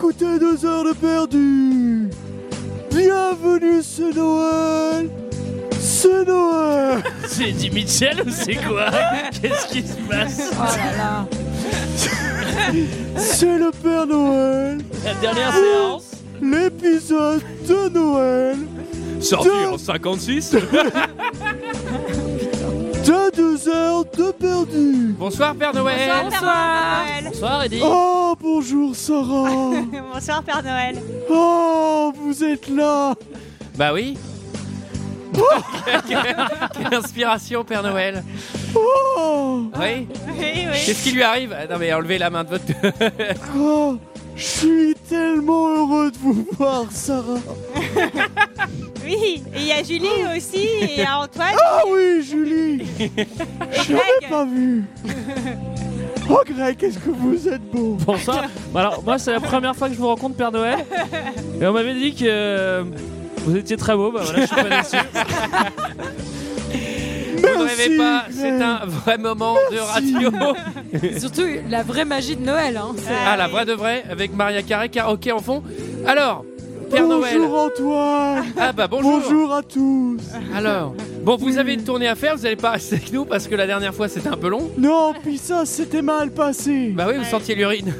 écoutez 2 heures de perdu. Bienvenue, c'est Noël. C'est Noël. C'est Eddie Mitchell ou c'est quoi? Qu'est-ce qui se passe? Oh là là. C'est le Père Noël. La dernière séance. L'épisode de Noël. Sorti en 56. De 2 heures de perdu. Bonsoir Père Noël. Bonsoir. Bonsoir Eddie. Oh, bonjour Sarah. Bonsoir Père Noël. Oh, vous êtes là. Bah oui. Quelle inspiration Père Noël. Oh, Oui. Oui. Qu'est-ce qui lui arrive? Non mais enlevez la main de votre... oh, je suis tellement heureux de vous voir, Sarah. Oui, et il y a Julie aussi, et il y a Antoine. Ah oui, Julie. Et Je l'avais pas vu. Oh, Greg, qu'est-ce que vous êtes beau. Bonsoir. Alors, moi, c'est la première fois que je vous rencontre, Père Noël. Et on m'avait dit que vous étiez très beau. Bah voilà, je suis pas déçu. Vous ne rêvez pas, Greg. c'est un vrai moment de radio. Surtout la vraie magie de Noël. Hein. Ah la vraie de vraie, avec Maria Carré, karaoké en fond. Alors, Père Noël. Bonjour Antoine. Ah bah bonjour. Bonjour à tous. Alors, bon, vous avez une tournée à faire, vous n'allez pas rester avec nous parce que la dernière fois c'était un peu long. Non, puis ça, c'était mal passé. Bah oui, vous sentiez l'urine.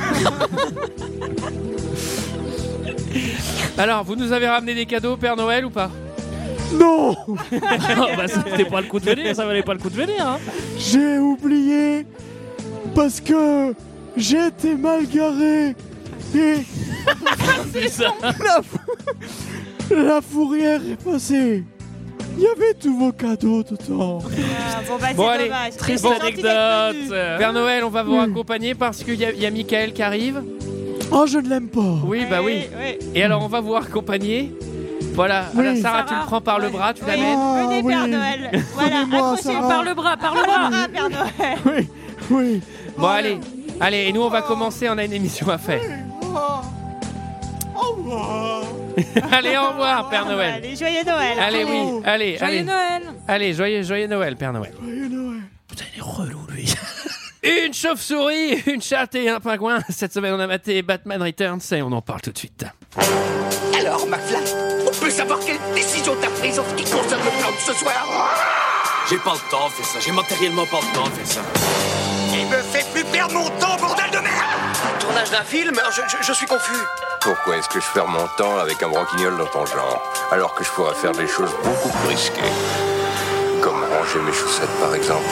Alors, vous nous avez ramené des cadeaux, Père Noël, ou pas? Non, Oh, bah, c'était pas le coup de venir. Ça valait pas le coup de venir. Hein. j'ai oublié parce que j'étais mal garé et C'est ça. la fourrière est passée. Il y avait tous vos cadeaux dedans. Bon bah Bon, c'est allez, dommage. Triste Mais c'est gentil d'être anecdote. venu. Père Noël, on va vous accompagner parce qu'il y a Mickaël qui arrive. Oh, je ne l'aime pas. Oui, bah oui. Et alors, on va vous accompagner. Voilà, Oui. alors, Sarah, Sarah. tu le prends par le bras, tu Oui. l'amènes. Ah, Venez oui. Père Noël. Voilà, Prenez-moi, accrochez Sarah. Par le bras, par le bras. Ah, Père Noël. Oui, oui. Bon, allez, et nous on va commencer, on a une émission à faire. Au revoir. Allez, au revoir, Père Noël. Allez, joyeux Noël. Allez, oui, allez, Joyeux allez. Noël. Allez, joyeux Noël, Père Noël. Joyeux Noël. Putain, il est relou, lui. Une chauve-souris, une chatte et un pingouin. Cette semaine, on a maté Batman Returns et on en parle tout de suite. Alors, McFly, on peut savoir quelle décision t'as prise en ce qui concerne le plan de ce soir? J'ai pas le temps de faire ça, j'ai matériellement pas le temps de faire ça. Il me fait plus perdre mon temps, bordel de merde! Tournage d'un film? Je suis confus. Pourquoi est-ce que je perds mon temps avec un branquignol dans ton genre, alors que je pourrais faire des choses beaucoup plus risquées? Comme ranger mes chaussettes, par exemple.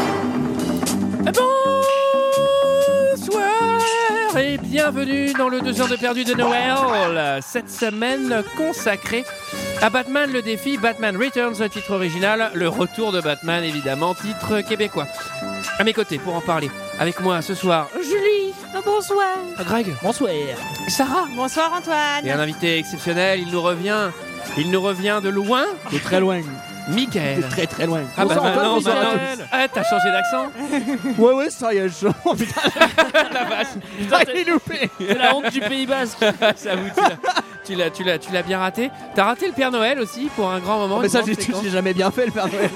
Bonsoir et bienvenue dans le 2 heures de perdu de Noël. Cette semaine consacrée à Batman, le défi Batman Returns, titre original, le retour de Batman évidemment, titre québécois. À mes côtés pour en parler, avec moi ce soir, Julie, Bonsoir. Greg, Bonsoir. Sarah Bonsoir Antoine. et un invité exceptionnel, il nous revient de loin, De très loin. Mickaël. Très très loin. Ah bah Bonsoir, maintenant, bonsoir à maintenant. tous. Ah, t'as changé d'accent. Ouais, ça y est, je La vache. Putain, il est loupé. c'est la honte du Pays Basque. J'avoue, tu l'as bien raté. T'as raté le Père Noël aussi pour un grand moment. Mais une ça, grande j'ai séquence. jamais bien fait, le Père Noël.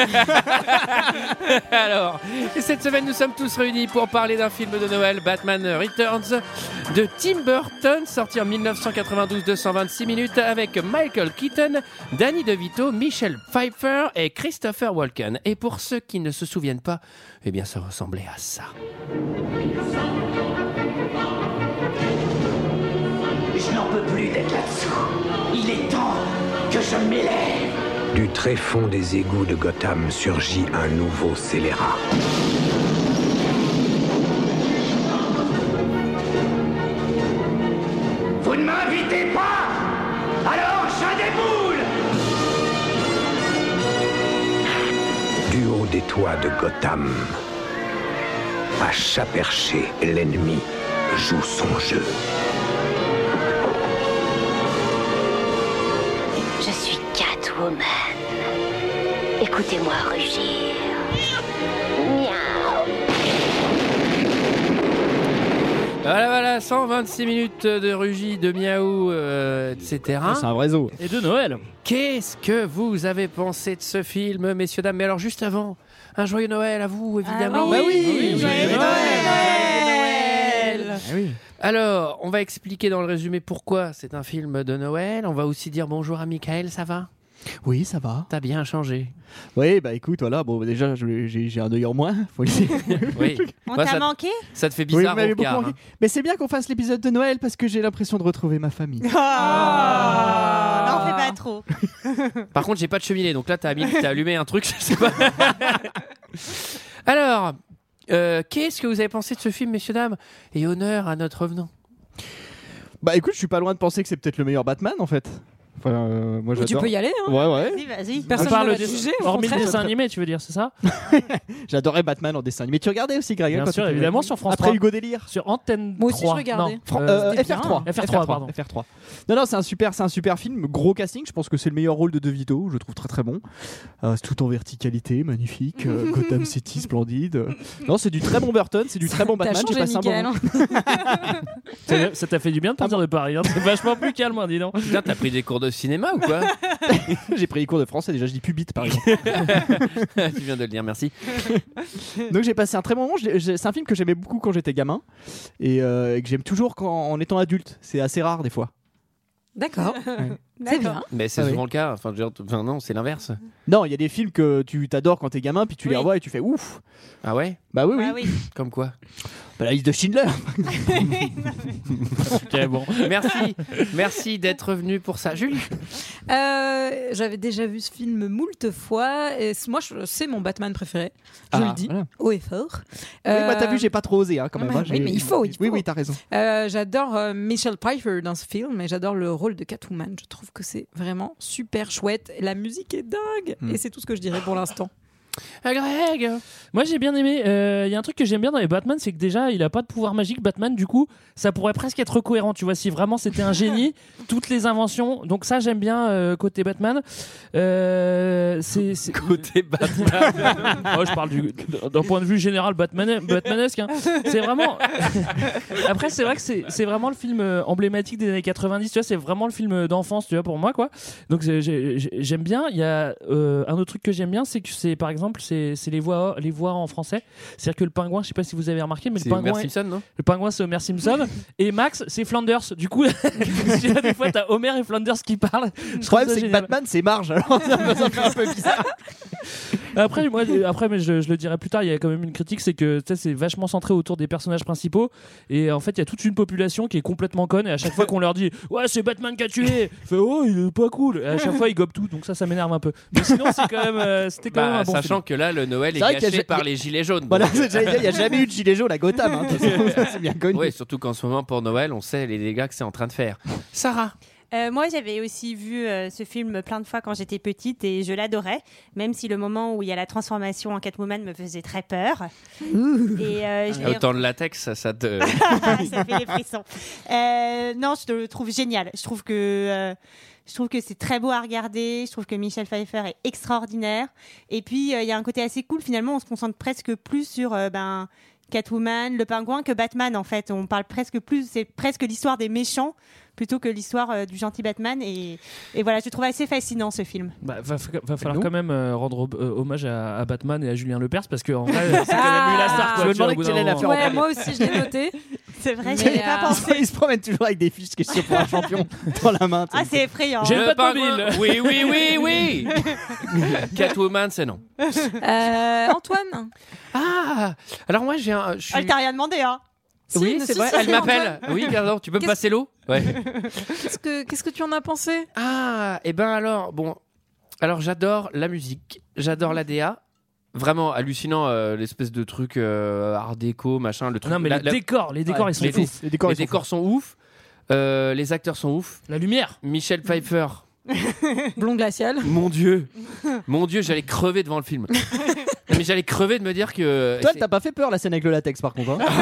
Alors, cette semaine, nous sommes tous réunis pour parler d'un film de Noël, Batman Returns, de Tim Burton, sorti en 1992 de 126 minutes, avec Michael Keaton, Danny DeVito, Michelle Pfeiffer et Christopher Walken. Et pour ceux qui ne se souviennent pas, eh bien, ça ressemblait à ça. Je n'en peux plus d'être là-dessous. Il est temps que je m'élève. Du tréfonds des égouts de Gotham surgit un nouveau scélérat. Vous ne m'invitez pas? Alors je déboule! Du haut des toits de Gotham, à chat perché, l'ennemi joue son jeu. Je suis Catwoman. Écoutez-moi rugir. Miaou. Voilà, 126 minutes de rugis, de miaou, etc. C'est un vrai zoo. Et de Noël. Qu'est-ce que vous avez pensé de ce film, messieurs, dames? Mais alors, juste avant, un joyeux Noël à vous, évidemment. Ah oui, joyeux joyeux Noël. Ah oui. Alors, on va expliquer dans le résumé pourquoi c'est un film de Noël. On va aussi dire bonjour à Michael, ça va ? Oui, ça va. T'as bien changé. Oui, bah écoute, voilà, bon, déjà, j'ai un œil en moins, faut le dire. Oui. On Bah, t'a ça- manqué? Ça te fait Oui, bizarre vous m'avez au regard, beaucoup manqué. Mais c'est bien qu'on fasse l'épisode de Noël parce que j'ai l'impression de retrouver ma famille. Non, fais pas trop. Par contre, j'ai pas de cheminée, donc là, t'as allumé un truc, je sais pas. Alors, qu'est-ce que vous avez pensé de ce film, messieurs, dames ? Et honneur à notre revenant. Bah écoute, je suis pas loin de penser que c'est peut-être le meilleur Batman en fait. Enfin, moi Tu j'adore. peux y aller, hein. Ouais. Vas-y. Personne On ne parle va des te juger. au hormis le contraire. dessin animé, tu veux dire, c'est ça? J'adorais Batman en dessin animé. Tu regardais aussi, Greg Bien quand sûr, tu étais- évidemment, sur France Après 3. Hugo Délire. Sur Antenne 3. Moi aussi, je regardais. Non, C'était bien. FR3. pardon. FR3. Non, c'est un super film. Gros casting. Je pense que c'est le meilleur rôle de DeVito. Je le trouve très très bon. C'est tout en verticalité, magnifique. Gotham City, splendide. Non, c'est du très bon Burton. C'est du très bon T'as Batman. J'ai changé, passé un bon Mickaël. moment. Ça t'a fait du bien de partir de Paris, hein. C'est vachement plus calme, hein, dis donc. Putain, t'as pris des cours de cinéma ou quoi ? J'ai pris les cours de français. Déjà, je dis pubit par exemple. Tu viens de le dire, merci. Donc j'ai passé un très bon moment. C'est un film que j'aimais beaucoup quand j'étais gamin et que j'aime toujours en étant adulte. C'est assez rare des fois. D'accord. C'est bien. Mais c'est Ah oui. souvent le cas. Enfin, non, c'est l'inverse. Non, il y a des films que tu t'adores quand t'es gamin, puis tu les Oui. revois et tu fais ouf. Ah ouais ? Bah oui, oui. Ah oui. Comme quoi ? Bah, la liste de Schindler. Ok, bon. Merci d'être venu pour ça. Julie ? J'avais déjà vu ce film moult fois. Et moi, c'est mon Batman préféré. Je le dis Voilà. haut et fort. Oui, moi t'as vu, j'ai pas trop osé hein, quand même. Ouais, hein, oui, mais il faut. Oui, t'as raison. J'adore Michelle Pfeiffer dans ce film, et j'adore le rôle de Catwoman. Je trouve que c'est vraiment super chouette. La musique est dingue. Et c'est tout ce que je dirais pour l'instant. Greg ? Moi j'ai bien aimé. Il y a un truc que j'aime bien dans les Batman, c'est que déjà il a pas de pouvoir magique. Batman, du coup, ça pourrait presque être cohérent. Tu vois, si vraiment c'était un génie, toutes les inventions. Donc ça j'aime bien côté Batman. C'est Côté Batman. Oh, je parle d'un point de vue général Batmanesque. Hein. C'est vraiment. Après c'est vrai que c'est vraiment le film emblématique des années 90. Tu vois, c'est vraiment le film d'enfance. Tu vois, pour moi quoi. Donc j'aime bien. Il y a un autre truc que j'aime bien, c'est que c'est par exemple c'est les voix en français. C'est-à-dire que le pingouin, je sais pas si vous avez remarqué, mais C'est le pingouin Homer Simpson, non ? le pingouin c'est Homer Simpson et Max c'est Flanders. Du coup des fois t'as Homer et Flanders qui parlent. Le problème c'est que Batman c'est Marge, alors ça fait un peu bizarre. Après mais je le dirai plus tard, il y a quand même une critique, c'est que c'est vachement centré autour des personnages principaux et en fait il y a toute une population qui est complètement conne et à chaque fois qu'on leur dit ouais c'est Batman qui a tué, fait oh il est pas cool, et à chaque fois ils gobent tout, donc ça m'énerve un peu. Mais sinon c'est quand même c'était quand même un bon sachant que là le Noël est C'est vrai qu'il y a- gâché par les gilets jaunes. Voilà, donc, il n'y a jamais eu de gilet jaune à Gotham, hein, de toute façon, ça, c'est bien connu. ouais, surtout qu'en ce moment pour Noël, on sait les dégâts que c'est en train de faire. Sarah ? Moi, j'avais aussi vu ce film plein de fois quand j'étais petite et je l'adorais, même si le moment où il y a la transformation en Catwoman me faisait très peur. Et je l'ai Autant le latex, ça te... ça fait des frissons. Non, je le trouve génial. Je trouve que c'est très beau à regarder. Je trouve que Michelle Pfeiffer est extraordinaire. Et puis, il y a un côté assez cool. Finalement, on se concentre presque plus sur Catwoman, le pingouin que Batman, en fait. On parle presque plus... C'est presque l'histoire des méchants plutôt que l'histoire du gentil Batman. Et voilà, je trouve assez fascinant, ce film. Bah, va falloir quand même rendre hommage à Batman et à Julien Lepers parce qu'en vrai c'est quand même lui la star. Je me demandais quelle est l'affaire en Ouais, premier. moi aussi, je l'ai noté. C'est vrai, Mais, j'avais pas pensé. Il se promène toujours avec des fiches questions pour un champion dans la main. Ah, c'est effrayant. J'ai Le pas de pingouin. mobile. Oui. Catwoman, c'est non. Antoine, Ah, alors moi j'ai un... je suis- Elle t'a rien demandé, hein. Oui, Si, c'est si, vrai, si, elle si, m'appelle. Oui, pardon, tu peux me Qu'est-ce- passer l'eau ? Ouais. qu'est-ce que tu en as pensé? Ah, et ben alors, bon, alors j'adore la musique, j'adore l'ADA, vraiment hallucinant, l'espèce de truc art déco, machin, le truc. Non mais les décors ils sont les- fous. Les décors, les ils sont décors sont ouf, les acteurs sont ouf, La lumière. Michelle Pfeiffer, Blond glacial. mon dieu, j'allais crever devant le film. Non, mais j'allais crever de me dire que. Toi, t'as pas fait peur la scène avec le latex par contre. Hein.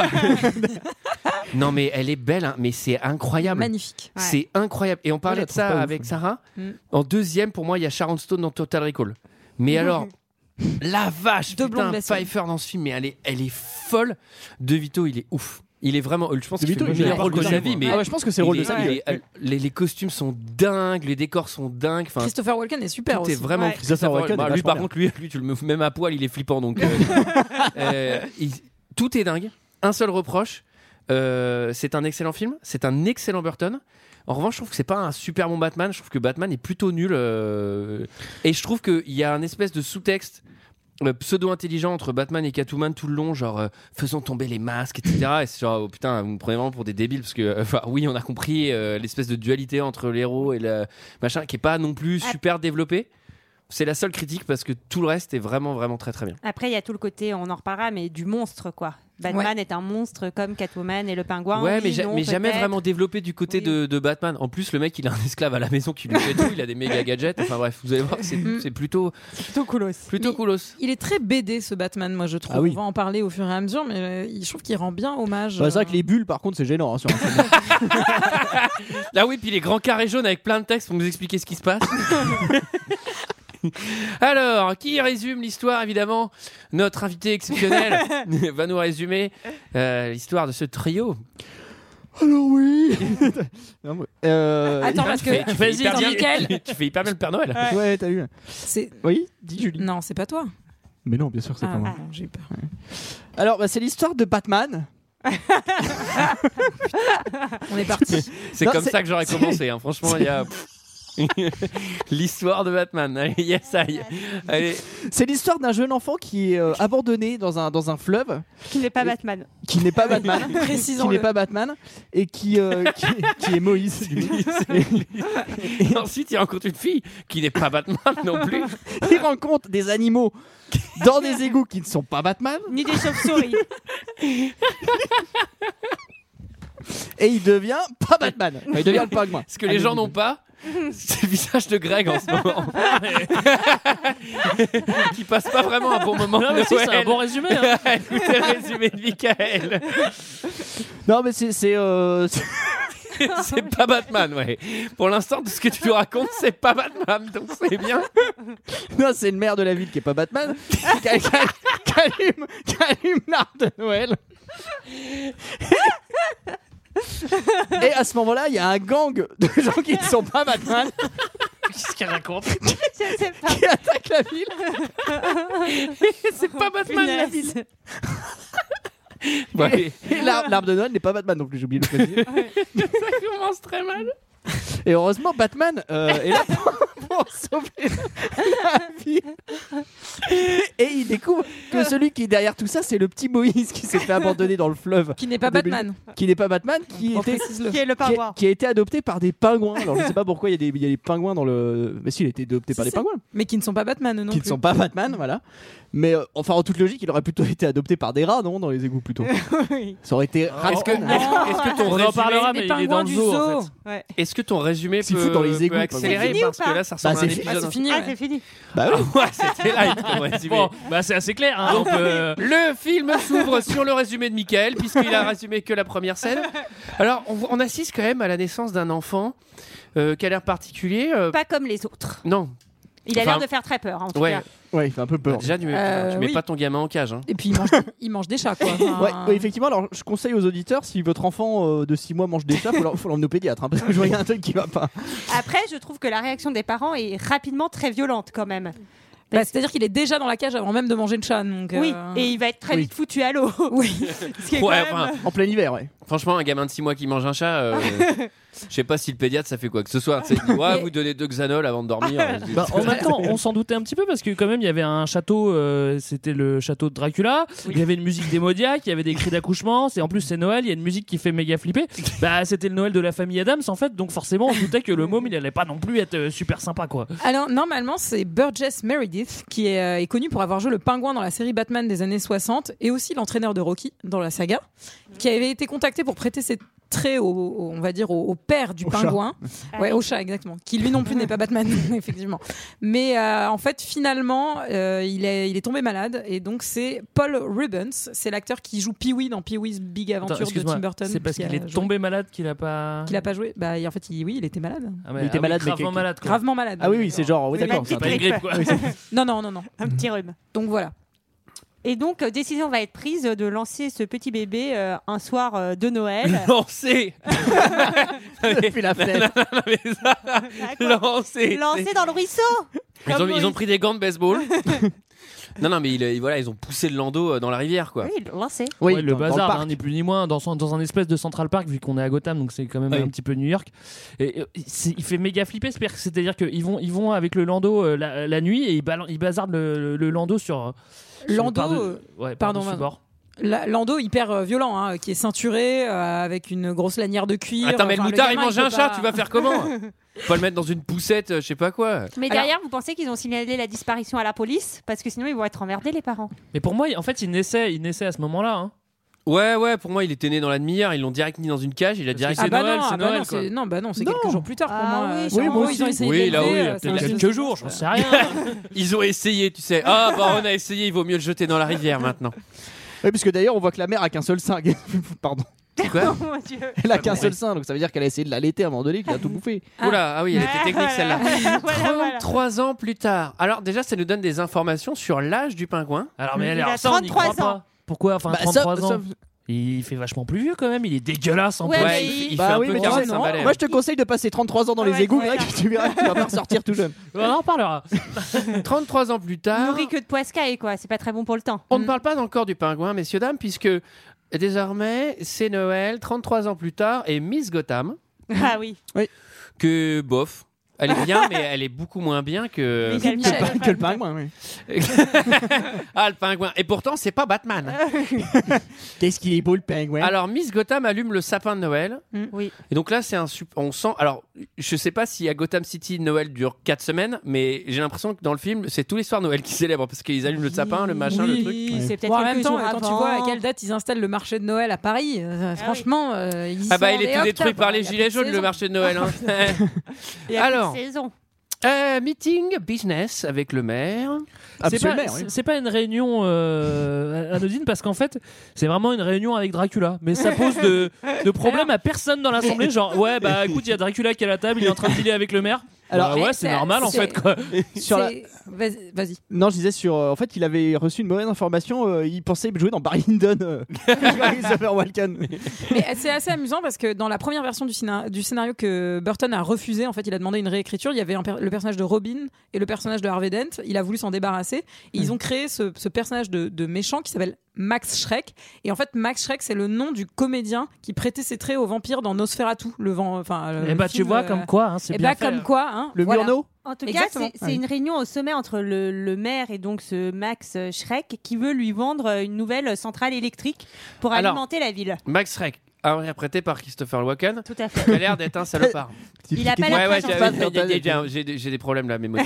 Non mais elle est belle, hein, mais c'est incroyable. Magnifique. Ouais. C'est incroyable. Et on parlait je la de trouve ça pas ouf, avec ouais. Sarah. Mm. En deuxième, pour moi, il y a Sharon Stone dans Total Recall. Mais alors, la vache, Deux blondes putain, glaciales. Pfeiffer dans ce film, mais elle est folle. DeVito, il est ouf. Il est vraiment. Je pense qu'il DeVito, fait le il est meilleur rôle de sa incroyable. vie. Mais Ah ouais, je pense que c'est le rôle de sa vie. les costumes sont dingues, les décors sont dingues. Enfin, Christopher Walken est super tout aussi. est vraiment. Ouais. Christopher Walken est lui, vachement par bien. contre, lui, tu le mets même à poil, il est flippant. Donc, tout est dingue. Un seul reproche. c'est un excellent film, c'est un excellent Burton. En revanche, je trouve que c'est pas un super bon Batman. Je trouve que Batman est plutôt nul. Et je trouve qu'il y a un espèce de sous-texte pseudo-intelligent entre Batman et Catwoman tout le long, genre faisons tomber les masques, etc. Et c'est genre, oh, putain, vous me prenez vraiment pour des débiles parce que, oui, on a compris l'espèce de dualité entre l'héros et le machin qui est pas non plus super développé. C'est la seule critique parce que tout le reste est vraiment, vraiment très, très bien. Après, il y a tout le côté, on en reparlera, mais du monstre, quoi. Batman est un monstre comme Catwoman et le pingouin. Ouais, oui, mais jamais vraiment développé du côté de Batman. En plus, le mec, il a un esclave à la maison qui lui fait tout, il a des méga gadgets. Enfin bref, vous allez voir que c'est plutôt coolos. Plutôt coolos. Il est très BD ce Batman, moi je trouve. Ah oui. On va en parler au fur et à mesure, mais je trouve qu'il rend bien hommage. C'est vrai que les bulles, par contre, c'est gênant. Hein, sur un film. Ah oui, puis les grands carrés jaunes avec plein de textes pour nous expliquer ce qui se passe. Alors, qui résume l'histoire? Évidemment, notre invité exceptionnel va nous résumer l'histoire de ce trio. Alors oui. Attends, parce que tu fais hyper bien, Mickaël. tu fais hyper bien le Père Noël. Ouais, t'as vu. Oui, dis Julie. Non, c'est pas toi. Mais non, bien sûr, c'est pas moi. Bon, j'ai eu peur. Ouais. Alors, c'est l'histoire de Batman. On est parti. C'est comme ça que j'aurais commencé. Hein. Franchement, il y a. L'histoire de Batman. Allez, yes, allez. C'est l'histoire d'un jeune enfant qui est abandonné dans un fleuve. Qui n'est pas Batman. Qui n'est pas Batman. Qui n'est pas Batman. Et qui est Moïse. Et ensuite, il rencontre une fille qui n'est pas Batman non plus. Il rencontre des animaux dans des égouts qui ne sont pas Batman. Ni des chauves-souris. Et il devient pas Batman. Enfin, il devient le pingouin. Ce que les gens n'ont pas, c'est le visage de Greg en ce moment. Qui passe pas vraiment un bon moment. Non, mais si, c'est un bon résumé. Hein. Écoutez le résumé de Michael. Non, mais c'est c'est pas Batman, ouais. Pour l'instant, tout ce que tu nous racontes, c'est pas Batman, donc c'est bien. Non, c'est une mère de la ville qui est pas Batman, qui allume l'arbre de Noël. Et à ce moment-là, il y a un gang de gens qui ne sont pas Batman. Qu'est-ce qu'elle raconte? Je sais pas. Qui attaquent la ville. C'est pas Batman, la ville. Et l'arbre de Noël n'est pas Batman non plus, j'ai oublié de le préciser. Ça commence très mal. Et heureusement, Batman est là pour sauver la vie. Et il découvre que celui qui est derrière tout ça, c'est le petit Moïse qui s'est fait abandonner dans le fleuve. Qui n'est pas Batman. Qui n'est pas Batman, qui est le pingouin. Qui a été adopté par des pingouins. Alors je sais pas pourquoi il y a des pingouins dans le. Mais si, il a été adopté par des pingouins. Mais qui ne sont pas Batman, non Qui plus. ne sont pas Batman, voilà. Mais enfin, en toute logique, il aurait plutôt été adopté par des rats, non, dans les égouts plutôt. Oui. Ça aurait été. Est-ce que ton On en parlera, mais il est dans le zoo en fait. Ouais. Est-ce que ton résumé S'il fout dans les égouts, peut accélérer c'est fini parce ou pas que là ça ressemble à un c'est épisode. c'est fini. Ah, Ouais. c'est fini. Bah oui. Ouais, c'était light comme résumé. Bon, bah c'est assez clair. Hein, donc, Le film s'ouvre sur le résumé de Michael puisqu'il a résumé que la première scène. Alors on assiste quand même à la naissance d'un enfant qui a l'air particulier. Pas comme les autres. Non. Il a Enfin, l'air de faire très peur, en tout Ouais. cas. Ouais, il fait un peu peur. Déjà tu mets oui. pas ton gamin en cage. Hein. Et puis il mange des chats, quoi. Enfin, Ouais, effectivement, alors je conseille aux auditeurs, si votre enfant de 6 mois mange des chats, faut l'emmener au pédiatre, hein, parce que je vois qu'il y a un truc qui va pas. Après, je trouve que la réaction des parents est rapidement très violente, quand même. bah, c'est-à-dire qu'il est déjà dans la cage avant même de manger le chat. Donc, Oui, et il va être très vite foutu à l'eau. Oui. Ce qui est Ouais, quand même... enfin, En plein hiver, ouais. franchement, un gamin de 6 mois qui mange un chat, je sais pas si le pédiatre ça fait quoi que ce soit. Il dit ouais, vous donnez 2 Xanol avant de dormir. Bah, en même temps, on s'en doutait un petit peu parce que quand même il y avait un château, c'était le château de Dracula. Il y avait une musique démoniaque, il y avait des cris d'accouchement. En plus c'est Noël, il y a une musique qui fait méga flipper. Bah c'était le Noël de la famille Addams en fait, donc forcément on se doutait que le môme il allait pas non plus être super sympa quoi. Alors normalement c'est Burgess Meredith qui est connu pour avoir joué le pingouin dans la série Batman des années 60 et aussi l'entraîneur de Rocky dans la saga, qui avait été contacté pour prêter ses traits on va dire au père du pingouin. Ouais, au chat exactement, qui lui non plus n'est pas Batman effectivement. Mais en fait finalement il est tombé malade et donc c'est Paul Rubens, c'est l'acteur qui joue Pee-wee dans Pee-wee's Big Adventure de excuse-moi, Tim Burton. c'est parce qui qu'il a est joué. tombé malade qu'il a pas joué. Bah en fait il était malade. Ah, mais, Il était malade, mais gravement malade quoi. Gravement malade. Ah oui, c'est genre, oui, C'est d'accord. une c'est un Pas une truc. grippe quoi. Non. Un petit rhume. Donc voilà. Et donc, décision va être prise de lancer ce petit bébé un soir de Noël. Lancer. Depuis la fenêtre. Lancer. Lancer dans le ruisseau. Ils ont pris des gants de baseball. Non, mais ils ont poussé le landau dans la rivière, quoi. Oui, lancé. Oui, Oui, le dans le bazar, parc. hein, ni plus ni moins, dans un espèce de Central Park, vu qu'on est à Gotham, donc c'est quand même Oui. un petit peu New York. Et, il fait méga flipper, c'est-à-dire qu'ils vont avec le landau la nuit et ils bazardent le landau sur. Landau, pardon, par-dessus bord. Lando hyper violent, hein, qui est ceinturé avec une grosse lanière de cuir. Attends, mais le Enfin, moutard, gamin, il mange peut un chat, pas- tu vas faire comment? Faut pas le mettre dans une poussette, je sais pas quoi. Mais derrière, vous pensez qu'ils ont signalé la disparition à la police? Parce que sinon, ils vont être emmerdés, les parents. Mais pour moi, en fait, il naissait à ce moment-là. Hein. Ouais, pour moi, il était né dans la demi-heure, ils l'ont direct mis dans une cage, il a direct. c'est Noël, c'est Noël, non, quoi. c'est Non. quelques jours plus tard pour Ah moi. oui, Sûrement, moi ils ont aussi. essayé Oui, de là, l'élever, oui, c'est Peut-être un- quelques jours, j'en sais rien. Ils ont essayé, tu sais. Ah, bah on a essayé, il vaut mieux le jeter dans la rivière maintenant. Oui, puisque d'ailleurs, on voit que la mère a qu'un seul sein. Pardon. Quoi? Oh mon Dieu. Elle a qu'un seul sein, donc ça veut dire qu'elle a essayé de l'allaiter à un moment donné, qu'il a tout bouffé. Oula, ah oui, elle était technique celle-là. Voilà. 33 ans plus tard. Alors, déjà, ça nous donne des informations sur l'âge du pingouin. Alors, mais Il a ça, on n'y 33 croit ans. pas. Pourquoi? Enfin, Bah, 33 ans. Il fait vachement plus vieux quand même, il est dégueulasse en Ouais, plus. mais il Bah fait un oui, peu mais 45 non, balais. Moi, je te conseille de passer 33 ans dans les Ouais, égouts, ouais, mec, tu verras que tu vas pas ressortir tout jeune. On en reparlera. 33 ans plus tard. Nourri que de poiscaille, quoi. C'est pas très bon pour le temps. On ne parle pas encore du pingouin, messieurs, dames, puisque désormais, c'est Noël, 33 ans plus tard, et Miss Gotham, Ah oui. que bof. Elle est bien, mais elle est beaucoup moins bien que. Mais Michel. Que le pingouin, oui. Ah, le pingouin. Et pourtant, c'est pas Batman. Qu'est-ce qu'il est beau, le pingouin. Alors, Miss Gotham allume le sapin de Noël. Oui. Et donc là, on sent. Alors, je sais pas si à Gotham City, Noël dure 4 semaines, mais j'ai l'impression que dans le film, c'est tous les soirs Noël qui célèbrent parce qu'ils allument le sapin, le machin, le truc. Oui, c'est peut-être Bon, en même quelques temps, jours quand tu avant. vois à quelle date ils installent le marché de Noël à Paris, franchement, ils Ah bah, sont il est en tout détruit octobre, par les il y a gilets plus de jaunes, le saison. marché de Noël. Hein. Il y a Alors. plus de saison. Meeting business avec le maire. Absolument, oui. C'est pas une réunion anodine parce qu'en fait, c'est vraiment une réunion avec Dracula. Mais ça pose de problème à personne dans l'assemblée. Genre, ouais, bah écoute, il y a Dracula qui est à la table, il est en train de dealer avec le maire. Alors, Bah, ouais, c'est normal en fait, quoi. Sur la- Vas-y. Non, je disais sur. En fait, il avait reçu une mauvaise information. Il pensait jouer dans Barry Lyndon. Christopher Walken. Mais c'est assez amusant parce que dans la première version du scénario que Burton a refusé, en fait, il a demandé une réécriture. Il y avait le personnage de Robin et le personnage de Harvey Dent. Il a voulu s'en débarrasser. Et ils ont créé ce personnage de méchant qui s'appelle Max Schreck. Et en fait, Max Schreck, c'est le nom du comédien qui prêtait ses traits au vampire dans Nosferatu. Et bah, tu vois, comme quoi, hein, c'est Et bien bah, fait. comme quoi, hein, Le voilà. Murnau. En tout Exactement. cas, c'est une réunion au sommet entre le maire et donc ce Max Schreck qui veut lui vendre une nouvelle centrale électrique pour Alors, alimenter la ville. Max Schreck, interprété par Christopher Walken, Tout à fait. qui a l'air d'être un salopard. Il a pas Ouais, la ouais, présence. j'ai des problèmes là, mes mots.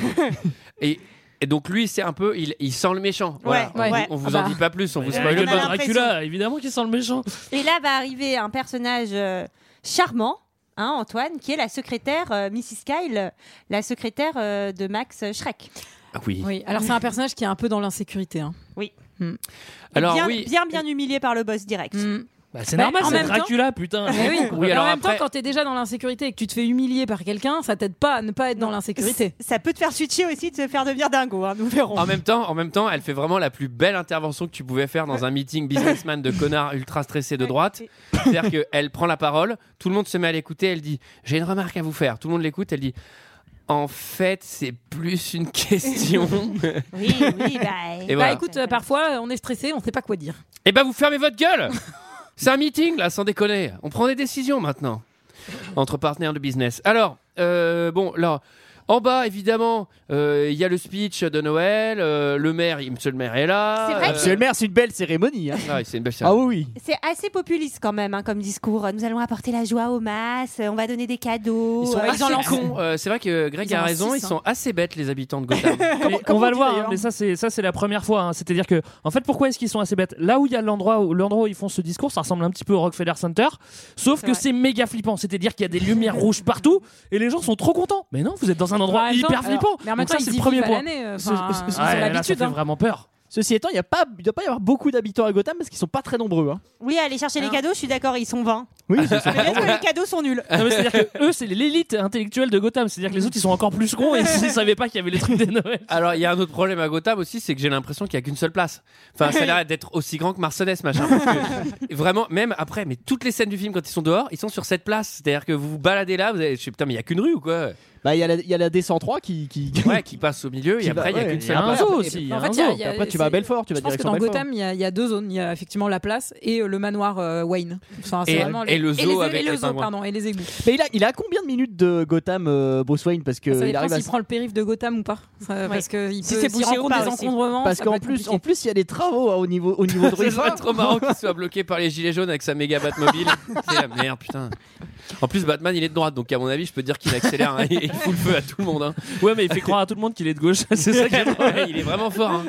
Et donc lui, c'est un peu, il sent le méchant. Voilà. Ouais, ouais. On vous en dit pas plus, on vous Ouais, spoil le on a pas. bon Dracula, évidemment qu'il sent le méchant. Et là va arriver un personnage charmant, hein, Antoine, qui est la secrétaire Mrs. Kyle, la secrétaire de Max Schreck. Ah oui. Oui, alors c'est un personnage qui est un peu dans l'insécurité. Hein. Alors bien, oui. bien humilié par le boss direct. Bah, c'est Bah, normal, en c'est même Dracula, putain. Mais oui. Oui, Et alors en même après- temps, quand t'es déjà dans l'insécurité et que tu te fais humilier par quelqu'un, ça t'aide pas à ne pas être dans l'insécurité. Ça peut te faire switcher aussi de se faire devenir dingo, hein, nous verrons. En même temps, elle fait vraiment la plus belle intervention que tu pouvais faire dans un meeting businessman de connards ultra stressés de droite. C'est-à-dire qu'elle prend la parole, tout le monde se met à l'écouter, elle dit « J'ai une remarque à vous faire ». Tout le monde l'écoute, elle dit « En fait, c'est plus une question. Oui, bah, Et Bah voilà. écoute, parfois on est stressé, on sait pas quoi dire. Eh ben, vous fermez votre gueule. C'est un meeting, là, sans déconner. On prend des décisions maintenant. Entre partenaires de business. Alors, bon, là, en bas, évidemment, il y a le speech de Noël. Le maire, monsieur le maire est là. C'est vrai que Monsieur le maire, c'est une belle cérémonie. Hein. Ah oui, c'est une belle Ah oui, oui. c'est assez populiste quand même, hein, comme discours. Nous allons apporter la joie aux masses, on va donner des cadeaux. Ils sont ils en assez lancent. cons. C'est vrai que Greg Ils en a raison, lancent ils six, sont assez bêtes, les habitants de Gotham. Mais on va le voir, hein, mais ça c'est la première fois. Hein. C'est-à-dire que, en fait, pourquoi est-ce qu'ils sont assez bêtes? Là où il y a l'endroit où ils font ce discours, ça ressemble un petit peu au Rockefeller Center, sauf que vrai. c'est méga flippant. C'est-à-dire qu'il y a des lumières rouges partout et les gens sont trop contents. Mais non, vous êtes dans un endroit En même temps, hyper flippant. Mais en même Donc temps, ça, c'est ils le y premier vivent à point. l'année. Ce- Enfin, ce- ce- ils ont Ouais, là, ça l'habitude. fait hein. vraiment peur. Ceci étant, il ne doit pas y avoir beaucoup d'habitants à Gotham parce qu'ils sont pas très nombreux. Hein. Oui, aller chercher les cadeaux, je suis d'accord, ils sont 20. Oui, c'est ça. Peut-être que les cadeaux sont nuls. Non, mais c'est-à-dire que eux, c'est l'élite intellectuelle de Gotham. C'est-à-dire que les autres, ils sont encore plus cons et ils savaient pas qu'il y avait les trucs des Noël. Alors, il y a un autre problème à Gotham aussi, c'est que j'ai l'impression qu'il n'y a qu'une seule place. Enfin, ça a l'air d'être aussi grand que Marcedes, machin. Parce que, vraiment, même après, mais toutes les scènes du film, quand ils sont dehors, ils sont sur cette place. C'est-à-dire que vous vous baladez là, vous avez, je sais, putain, mais il n'y a qu'une rue ou quoi? Bah, il y a la D103 qui Ouais, qui passe au milieu et après, il n'y a qu'une seule un place. zoo aussi. il y a En fait, un il y a- zoo. il y a- Après, tu vas à Belfort, tu vas Je pense que direction dans Belfort. Gotham, il y a deux zones. Il y a effectivement la place et le manoir Wayne. Enfin, c'est Et- vraiment et le zoo avec et le les zoo, pingouins. pardon, et les égouts. Mais il a combien de minutes de Gotham, Bruce Wayne? Parce que Ça il dépend arrive à. s'il prend le périph' de Gotham ou pas. Parce que il Si peut c'est s'il bouché ou rencontre pas des aussi. encombrements. Parce ça peut qu'en être plus, compliqué. il y a des travaux au niveau de Ce rue. serait trop marrant qu'il soit bloqué par les gilets jaunes avec sa méga Batmobile. C'est la merde, putain. En plus, Batman, il est de droite, donc à mon avis, je peux dire qu'il accélère hein, et il fout le feu à tout le monde. Hein. Ouais, mais il fait croire à tout le monde qu'il est de gauche. C'est ça qui est drôle. Ouais, il est vraiment fort. Hein.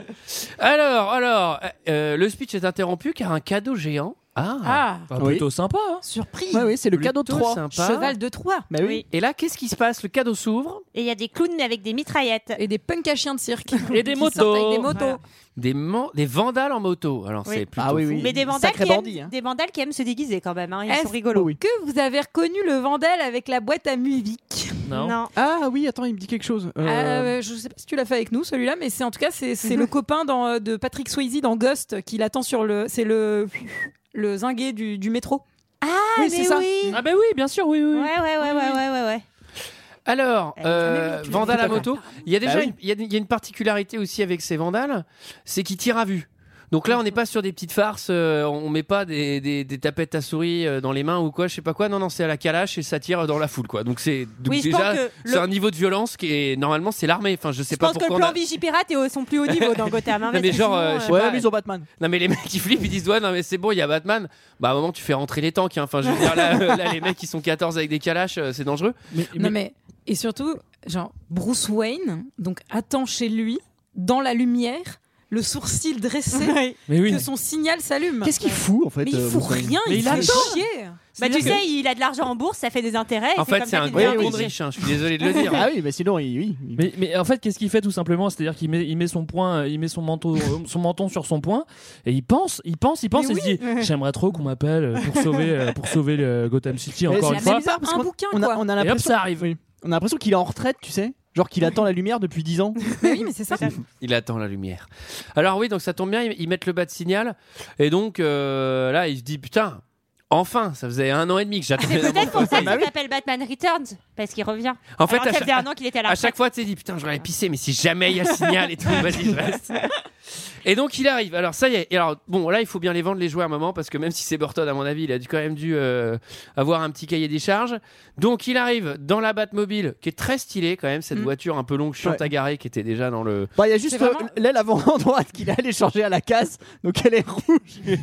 Alors, le speech est interrompu car un cadeau géant. Ah, Bah, Oui. plutôt sympa. Hein. surprise. Ouais, oui, c'est le cadeau de Plutôt 3. sympa. Cheval de Troie. Bah oui. Et là, qu'est-ce qui se passe? Le cadeau s'ouvre. Et il y a des clowns avec des mitraillettes. Et des punks à chiens de cirque. Et des Qui motos. sortent avec des motos. Voilà. Des vandales en moto. Alors, Oui. c'est plutôt Ah oui, fou. oui. Mais des vandales, Sacré qui aiment, bandit, hein. des vandales qui aiment se déguiser quand même. Hein. Ils Est-ce sont rigolos. Oui. Que vous avez reconnu le vandale avec la boîte à musique. Non. Ah oui, attends, il me dit quelque chose. Je sais pas si tu l'as fait avec nous celui-là, mais c'est en tout cas c'est le copain de Patrick Swayze dans Ghost qui l'attend sur c'est le zinguet du métro. Ah, Oui, mais c'est ça. oui. Ah, bah oui, bien sûr, oui. Ouais. Alors, vandale à moto. Il y a déjà Bah oui. il y a une particularité aussi avec ces vandales, c'est qu'ils tirent à vue. Donc là, on n'est pas sur des petites farces, on met pas des tapettes à souris dans les mains ou quoi, je sais pas quoi. Non, c'est à la calache et ça tire dans la foule, quoi. Donc c'est Oui, je déjà pense que c'est un niveau de violence qui est normalement c'est l'armée. Enfin, je sais Je pas pense que pourquoi. le on a- plan Vigipirate est au son plus haut niveau dans Gotham. Hein, Non, mais parce que genre, sinon, je sais Ouais, pas. mais ils ont Batman. Non mais les mecs qui flippent, ils disent ouais non mais c'est bon, il y a Batman. Bah à un moment tu fais rentrer les tanks. Hein. Enfin, je veux dire là les mecs qui sont 14 avec des calaches, c'est dangereux. Non mais et surtout genre Bruce Wayne donc attend chez lui dans la lumière, le sourcil dressé, Mais oui. que son signal s'allume. Qu'est-ce qu'il fout en fait? Mais il fout Bruce Wayne rien, Mais il il fait attend. chier. Bah, tu C'est-à-dire sais, il a de l'argent en bourse, ça fait des intérêts. et En fait, comme c'est ça un qu'il gros devient oui, con de riche. riche. Hein. Je suis désolé de le dire. Ah oui, mais sinon, oui. Mais en fait, qu'est-ce qu'il fait tout simplement? C'est-à-dire qu'il met son poing, il met son menton sur son poing et il pense et il se dit j'aimerais trop qu'on m'appelle pour sauver le Gotham City Mais encore c'est une fois. bizarre parce un qu'on- bouquin on a, quoi. on a Et hop, l'impression. ça arrive. Oui. On a l'impression qu'il est en retraite, tu sais. Genre qu'il attend la lumière depuis 10 ans. Mais oui, mais c'est ça. Il attend la lumière. Alors oui, donc ça tombe bien, ils mettent le bas de signal. Et donc là, il se dit putain, enfin, ça faisait 1 an et demi que j'attendais. C'est peut-être pour ça Bah qu'il oui. s'appelle Batman Returns, parce qu'il revient. En fait, Alors que ça faisait 1 an qu'il était à la à retraite. chaque fois, tu t'es dit putain, j'aurais pissé, mais si jamais il y a signal et tout, vas-y, je reste. Et donc il arrive. Alors ça y est. Et alors bon, là il faut bien les vendre les jouets à un moment parce que même si c'est Burton, à mon avis, il a quand même dû avoir un petit cahier des charges. Donc il arrive dans la Batmobile qui est très stylée quand même, cette voiture un peu longue, chiante à garer, qui était déjà dans le. Bah, il y a juste C'est vraiment- l'aile avant en droite qu'il est allé changer à la casse, donc elle est rouge.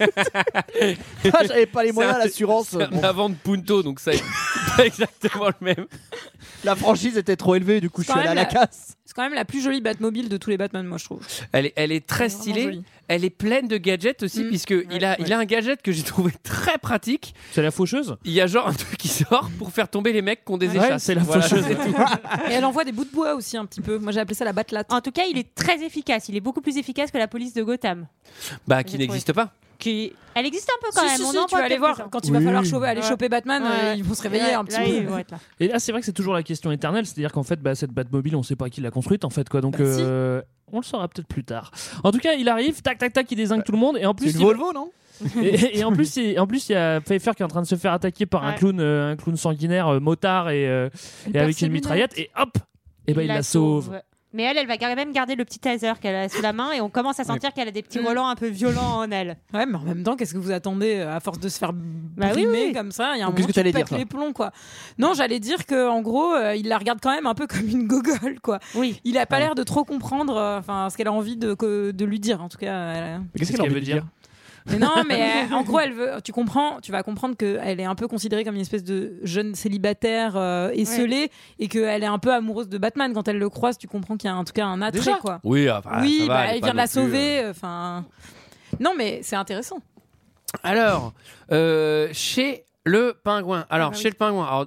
Ah, j'avais pas les moyens, l'assurance. C'est Bon, un avant de Punto, donc ça c'est pas exactement le même. la franchise était trop élevée, du coup je C'est suis quand allé à même la casse. C'est quand même la plus jolie Batmobile de tous les Batman, moi je trouve. Elle est très Elle est vraiment stylée. jolie. Elle est pleine de gadgets aussi, puisque il a un gadget que j'ai trouvé très pratique. C'est la faucheuse. Il y a genre un truc qui sort pour faire tomber les mecs qui ont des Ouais, échasses. c'est la Voilà, faucheuse. c'est tout. Et elle envoie des bouts de bois aussi un petit peu. Moi j'ai appelé ça la batlate. En tout cas, il est très efficace. Il est beaucoup plus efficace que la police de Gotham. Bah, qui n'existe pas. Elle existe un peu quand même. Si, on si, en tu vas voit aller voir quelques-uns. quand il va Oui. falloir aller Ouais. choper Batman, Ouais. ils vont se réveiller Là, un petit là, peu. ils vont être là. Et là, c'est vrai que c'est toujours la question éternelle, c'est-à-dire qu'en fait, cette Batmobile, on sait pas qui l'a construite en fait, quoi. Donc, Bah, si. on le saura peut-être plus tard. En tout cas, il arrive, tac, tac, tac, il dézingue tout le monde, et en C'est plus, une il- Volvo, non? et en plus, il y a Pfeiffer qui est en train de se faire attaquer par un clown sanguinaire, motard et avec une mitraillette, et hop, et ben il la sauve. Mais elle va quand même garder le petit taser qu'elle a sous la main et on commence à sentir qu'elle a des petits relents un peu violents en elle. Ouais, mais en même temps, qu'est-ce que vous attendez à force de se faire Bah oui, brimer oui. comme ça? Il y a un Donc, qu'est-ce moment que tu t'allais pètes dire, toi les plombs, quoi. Non, j'allais dire que en gros, il la regarde quand même un peu comme une gogole, quoi. Oui. Il a pas l'air de trop comprendre, enfin, ce qu'elle a envie de lui dire, en tout cas. Qu'est-ce qu'elle a envie de dire? Mais non, mais en gros, tu vas comprendre qu'elle est un peu considérée comme une espèce de jeune célibataire esselée et qu'elle est un peu amoureuse de Batman. Quand elle le croise, tu comprends qu'il y a en tout cas un attrait, Déjà quoi. Oui, enfin, Oui, ça va, bah, elle est il pas vient de la non plus, sauver. Enfin, non, mais c'est intéressant. Alors, chez le pingouin. Alors, chez le pingouin. Alors, bon,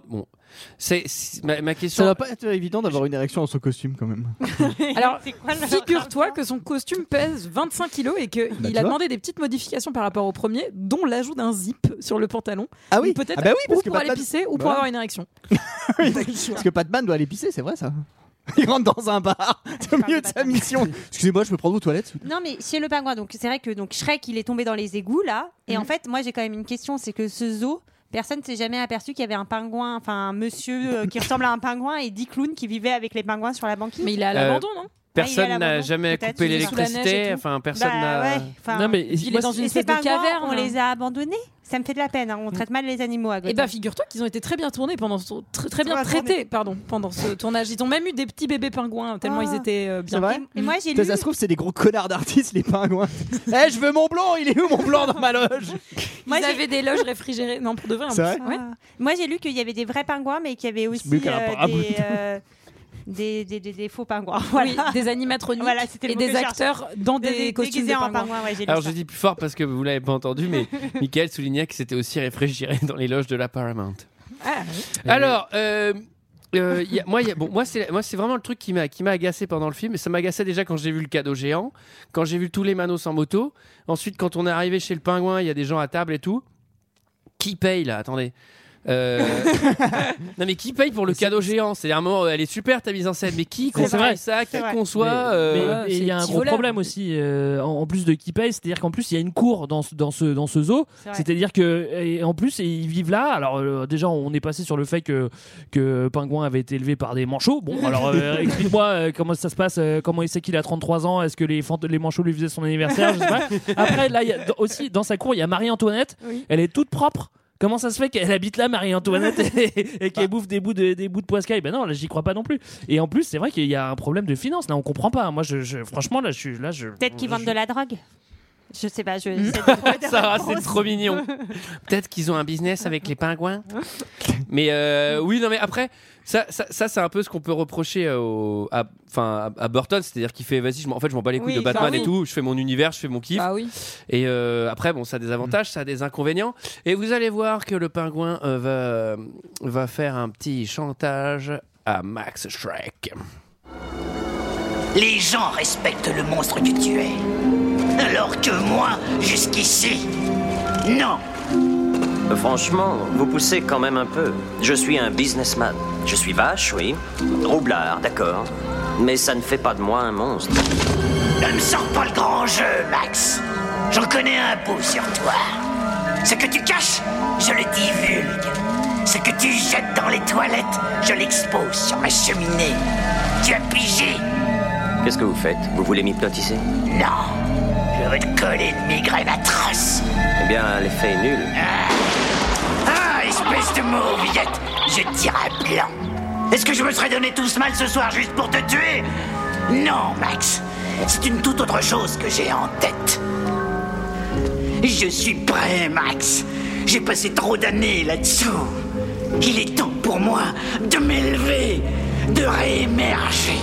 Ma question. Ça va pas être évident d'avoir une érection dans son costume quand même. Alors, figure-toi que son costume pèse 25 kilos et qu'il tu a vois. demandé des petites modifications par rapport au premier, dont l'ajout d'un zip sur le pantalon. Ah oui. Ou peut-être Ah bah oui, parce ou que pour aller Batman- pisser ou Bah pour ouais. avoir une érection. Parce que Batman doit aller pisser, c'est vrai ça. Il rentre dans un bar, c'est au milieu de sa mission. Excusez-moi, je peux prendre vos toilettes. Non, mais chez le pingouin, donc c'est vrai que donc Shrek, il est tombé dans les égouts là. Et en fait, moi, j'ai quand même une question, c'est que ce zoo, personne s'est jamais aperçu qu'il y avait un pingouin, enfin un monsieur qui ressemble à un pingouin et 10 clowns qui vivaient avec les pingouins sur la banquise. Mais il est à l'abandon, non Personne Ah, il est à n'a l'abandon, jamais peut-être, coupé il est sous la neige et l'électricité. tout. Enfin, personne Bah, n'a. ouais, enfin, Non, mais Il est dans une et ces espèce de pingouins, caverne. on les a abandonnés. Ça me fait de la peine. Hein. On traite mal les animaux à Et Gotham. bah figure-toi qu'ils ont été très bien tournés pendant très bien traités pendant ce tournage. Ils ont même eu des petits bébés pingouins tellement ils étaient bien. C'est vrai. Et moi, j'ai Putain, lu. Ça se trouve, c'est des gros connards d'artistes, les pingouins. Eh, je veux mon blanc, il est où mon blanc dans ma loge? Moi, Ils avaient des loges réfrigérées. Non, pour de vrai. En C'est plus. vrai Ouais. Moi, j'ai lu qu'il y avait des vrais pingouins, mais qu'il y avait aussi mieux qu'elle a pas des faux pingouins. Oui, Voilà. des animatroniques Voilà, c'était le et mot que des je acteurs dans des costumes de déguisés en pingouins. pingouin. Ouais, j'ai lu Alors ça. je dis plus fort parce que vous l'avez pas entendu, mais Michael soulignait que c'était aussi réfrigéré dans les loges de la Paramount. Ah, oui. Alors, moi c'est vraiment le truc qui m'a agacé pendant le film, et ça m'agaçait déjà quand j'ai vu le cadeau géant, quand j'ai vu tous les manos en moto. Ensuite, quand on est arrivé chez le pingouin, il y a des gens à table et tout. Qui paye là? Attendez. Non mais qui paye pour le cadeau géant? C'est un moment, elle est super ta mise en scène, mais qui C'est conçoit vrai. ça, qui C'est vrai. conçoit Mais il y a un petit gros voleur. problème aussi en plus de qui paye, c'est-à-dire qu'en plus il y a une cour dans ce zoo, C'est vrai. c'est-à-dire que et en plus ils vivent là. Alors déjà on est passé sur le fait que Pingouin avait été élevé par des manchots. Bon alors explique-moi comment ça se passe, comment il sait qu'il a 33 ans, est-ce que les manchots lui faisaient son anniversaire, je sais pas. Après là il y a aussi dans sa cour il y a Marie-Antoinette, Oui. elle est toute propre. Comment ça se fait qu'elle habite là, Marie-Antoinette, et qu'elle bouffe des bouts de poiscaille? Ben non, là, j'y crois pas non plus. Et en plus, c'est vrai qu'il y a un problème de finance. Là, on comprend pas. Moi, franchement, là, Peut-être qu'ils vendent de la drogue. Je sais pas. Sarah, c'est trop mignon. Peut-être qu'ils ont un business avec les pingouins. Mais oui, non, mais après, ça c'est un peu ce qu'on peut reprocher à Burton, c'est-à-dire qu'il fait, vas-y, je m'en bats les couilles Oui, de Batman bah oui. et tout, je fais mon univers, je fais mon kiff. Ah oui. Et après, bon, ça a des avantages, ça a des inconvénients. Et vous allez voir que le pingouin va faire un petit chantage à Max Shrek. Les gens respectent le monstre que tu es. Alors que moi, jusqu'ici, non. Franchement, vous poussez quand même un peu. Je suis un businessman. Je suis vache, oui. Roublard, d'accord. Mais ça ne fait pas de moi un monstre. Ne me sors pas le grand jeu, Max. J'en connais un bout sur toi. Ce que tu caches, je le divulgue. Ce que tu jettes dans les toilettes, je l'expose sur ma cheminée. Tu as pigé? Qu'est-ce que vous faites? Vous voulez m'hypnotiser? Non. Je veux te coller une migraine atroce. Eh bien, l'effet est nul. Ah, espèce de mauviette, je tire un plan. Est-ce que je me serais donné tout ce mal ce soir juste pour te tuer? Non, Max. C'est une toute autre chose que j'ai en tête. Je suis prêt, Max. J'ai passé trop d'années là-dessous. Il est temps pour moi de m'élever, de réémerger.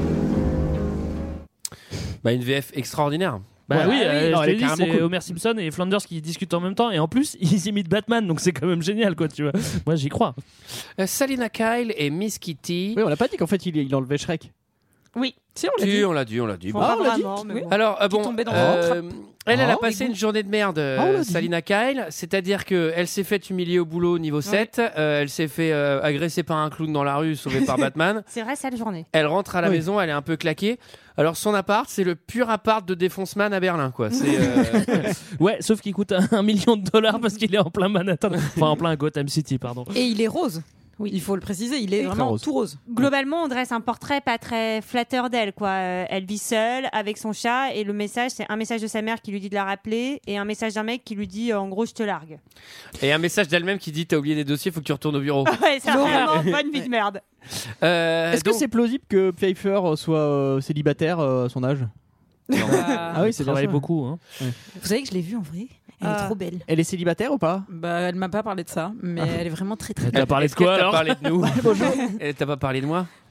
Bah, une VF extraordinaire. Bah Ouais. oui, Ah oui. Non, je elle te est dis, carrément c'est cool. Homer Simpson et Flanders qui discutent en même temps, et en plus ils imitent Batman, donc c'est quand même génial, quoi, tu vois. Moi j'y crois. Salina Kyle et Miss Kitty. Oui, on l'a pas dit qu'en fait il enlevait Shrek. Oui. Si, on l'a Si, dit. on l'a dit. Bon, Ah, pas on l'a dit. vraiment, mais bon. Alors, bon, tombait dans la trappe. elle a Ah, passé une journée de merde, on l'a dit. Salina Kyle. C'est-à-dire qu'elle s'est fait humilier au boulot niveau 7. Elle s'est fait agresser par un clown dans la rue, sauvée par Batman. C'est vrai, sale journée. Elle rentre à la Oui. maison, elle est un peu claquée. Alors, son appart, c'est le pur appart de défonceman à Berlin, quoi. C'est, Ouais, sauf qu'il coûte $1 million parce qu'il est en plein Manhattan, enfin en plein Gotham City, pardon. Et il est rose. Oui. Il faut le préciser, il est Très vraiment rose. tout rose. Globalement, on dresse un portrait pas très flatteur d'elle, quoi. Elle vit seule avec son chat et le message, c'est un message de sa mère qui lui dit de la rappeler et un message d'un mec qui lui dit en gros je te largue. Et un message d'elle-même qui dit t'as oublié des dossiers, faut que tu retournes au bureau. Ouais, c'est vraiment bonne vie de merde. Est-ce que Donc- c'est plausible que Pfeiffer soit célibataire à son âge? Ah oui, c'est Il bien travaille ça. beaucoup. Hein. Vous savez que je l'ai vue en vrai. Elle est trop belle. Elle est célibataire ou pas? Bah, elle m'a pas parlé de ça, mais elle est vraiment très très Elle belle. t'a parlé de Est-ce qu'elle quoi t'a alors? parlé de nous Elle t'a pas parlé de moi?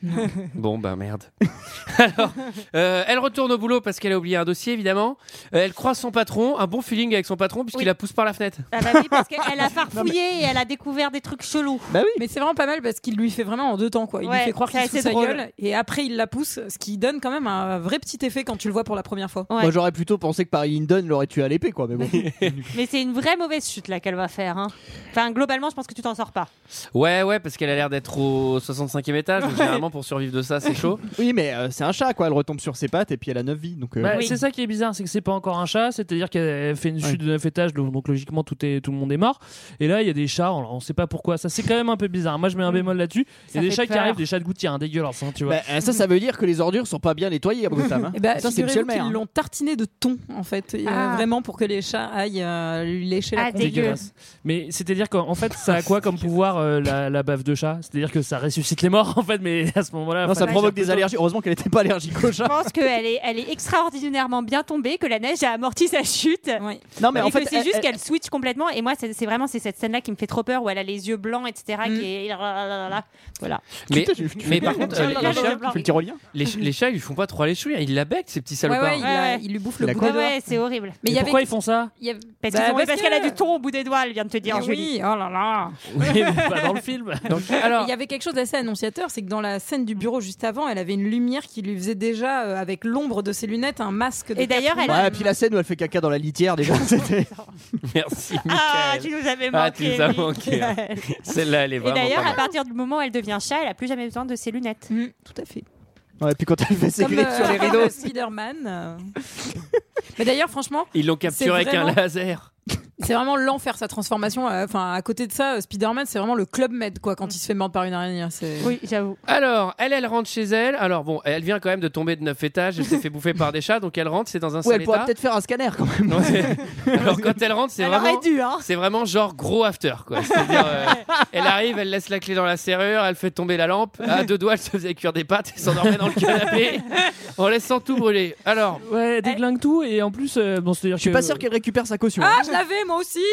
Bon, bah merde. Alors, elle retourne au boulot parce qu'elle a oublié un dossier, évidemment. Elle croise son patron, un bon feeling avec son patron, puisqu'il la pousse par la fenêtre. Ah bah oui, parce qu'elle a farfouillé et elle a découvert des trucs chelous. Bah oui. Mais c'est vraiment pas mal parce qu'il lui fait vraiment en 2 temps, quoi. Il lui fait croire qu'il se fout sa gueule et après il la pousse, ce qui donne quand même un vrai petit effet quand tu le vois pour la première fois. Moi j'aurais plutôt pensé que Paris Hilton l'aurait tué à l'épée, quoi. Mais bon. Mais c'est une vraie mauvaise chute là qu'elle va faire. Hein. Enfin, globalement, je pense que tu t'en sors pas. Ouais, parce qu'elle a l'air d'être au 65e étage. Donc généralement, pour survivre de ça, c'est chaud. Oui, mais c'est un chat, quoi. Elle retombe sur ses pattes et puis elle a 9 vies. Donc, C'est ça qui est bizarre, c'est que c'est pas encore un chat, c'est-à-dire qu'elle fait une chute de 9 étages, donc logiquement tout le monde est mort. Et là, il y a des chats, on sait pas pourquoi. Ça, c'est quand même un peu bizarre. Moi, je mets un bémol là-dessus. Il y a des chats qui arrivent, des chats de gouttière, dégueulasses, hein, tu vois. Ça veut dire que les ordures sont pas bien nettoyées à Gotham. Hein. Ça, c'est monsieur le maire. Ils l'ont tartiné de thon, en fait, vraiment pour que les chats aillent lui lécher la dégueulasse. Mais c'est-à-dire qu'en fait, ça a quoi comme pouvoir la bave de chat? C'est-à-dire que ça ressuscite les morts, en fait, mais à ce moment-là. Non, ça provoque des allergies. Heureusement qu'elle était pas allergique au chat. Je pense qu'elle est extraordinairement bien tombée, que la neige a amorti sa chute. Oui. Non, mais en fait, c'est juste qu'elle switch complètement. Et moi, c'est vraiment cette scène-là qui me fait trop peur, où elle a les yeux blancs, etc. Qui est... Voilà. Mais par contre, les chats, ils lui font pas trop les chouilles. Ils la becquent, ces petits salopards. Il lui bouffe le bout. Ouais, c'est horrible. Mais pourquoi ils font ça? Parce qu'elle a du thon au bout des doigts, elle vient de te dire, Julie. Oui, oh là là. Oui, mais pas dans le film. Alors, il y avait quelque chose d'assez annonciateur, c'est que dans la scène du bureau juste avant, elle avait une lumière qui lui faisait déjà, avec l'ombre de ses lunettes, un masque de. Et d'ailleurs, et puis la scène où elle fait caca dans la litière, déjà, c'était. Merci, Michael. Ah, tu nous avais manqué. Tu nous as manqué. Celle-là, elle est vraiment. Et d'ailleurs, à partir du moment où elle devient chat, elle a plus jamais besoin de ses lunettes. Tout à fait. Ouais, et puis quand elle fait ses griffes sur les rideaux. Spider-Man. Mais d'ailleurs, franchement. Ils l'ont capturé avec un laser. C'est vraiment l'enfer sa transformation. Enfin, à côté de ça, Spider-Man, c'est vraiment le Club Med, quoi, quand il se fait mordre par une araignée. Oui, j'avoue. Alors, elle rentre chez elle. Alors bon, elle vient quand même de tomber de 9 étages. Elle s'est fait bouffer par des chats, donc elle rentre. C'est dans un sale elle état. pourrait peut-être faire un scanner quand même. Non, alors quand elle rentre, c'est vraiment genre gros after, quoi. C'est-à-dire, elle arrive, elle laisse la clé dans la serrure, elle fait tomber la lampe. À 2 doigts, elle se faisait cuire des pâtes et s'endormait dans le canapé en laissant tout brûler. Alors, elle déglingue tout et en plus, c'est-à-dire je suis pas sûr qu'elle récupère sa caution. Ah, je l'avais moi aussi.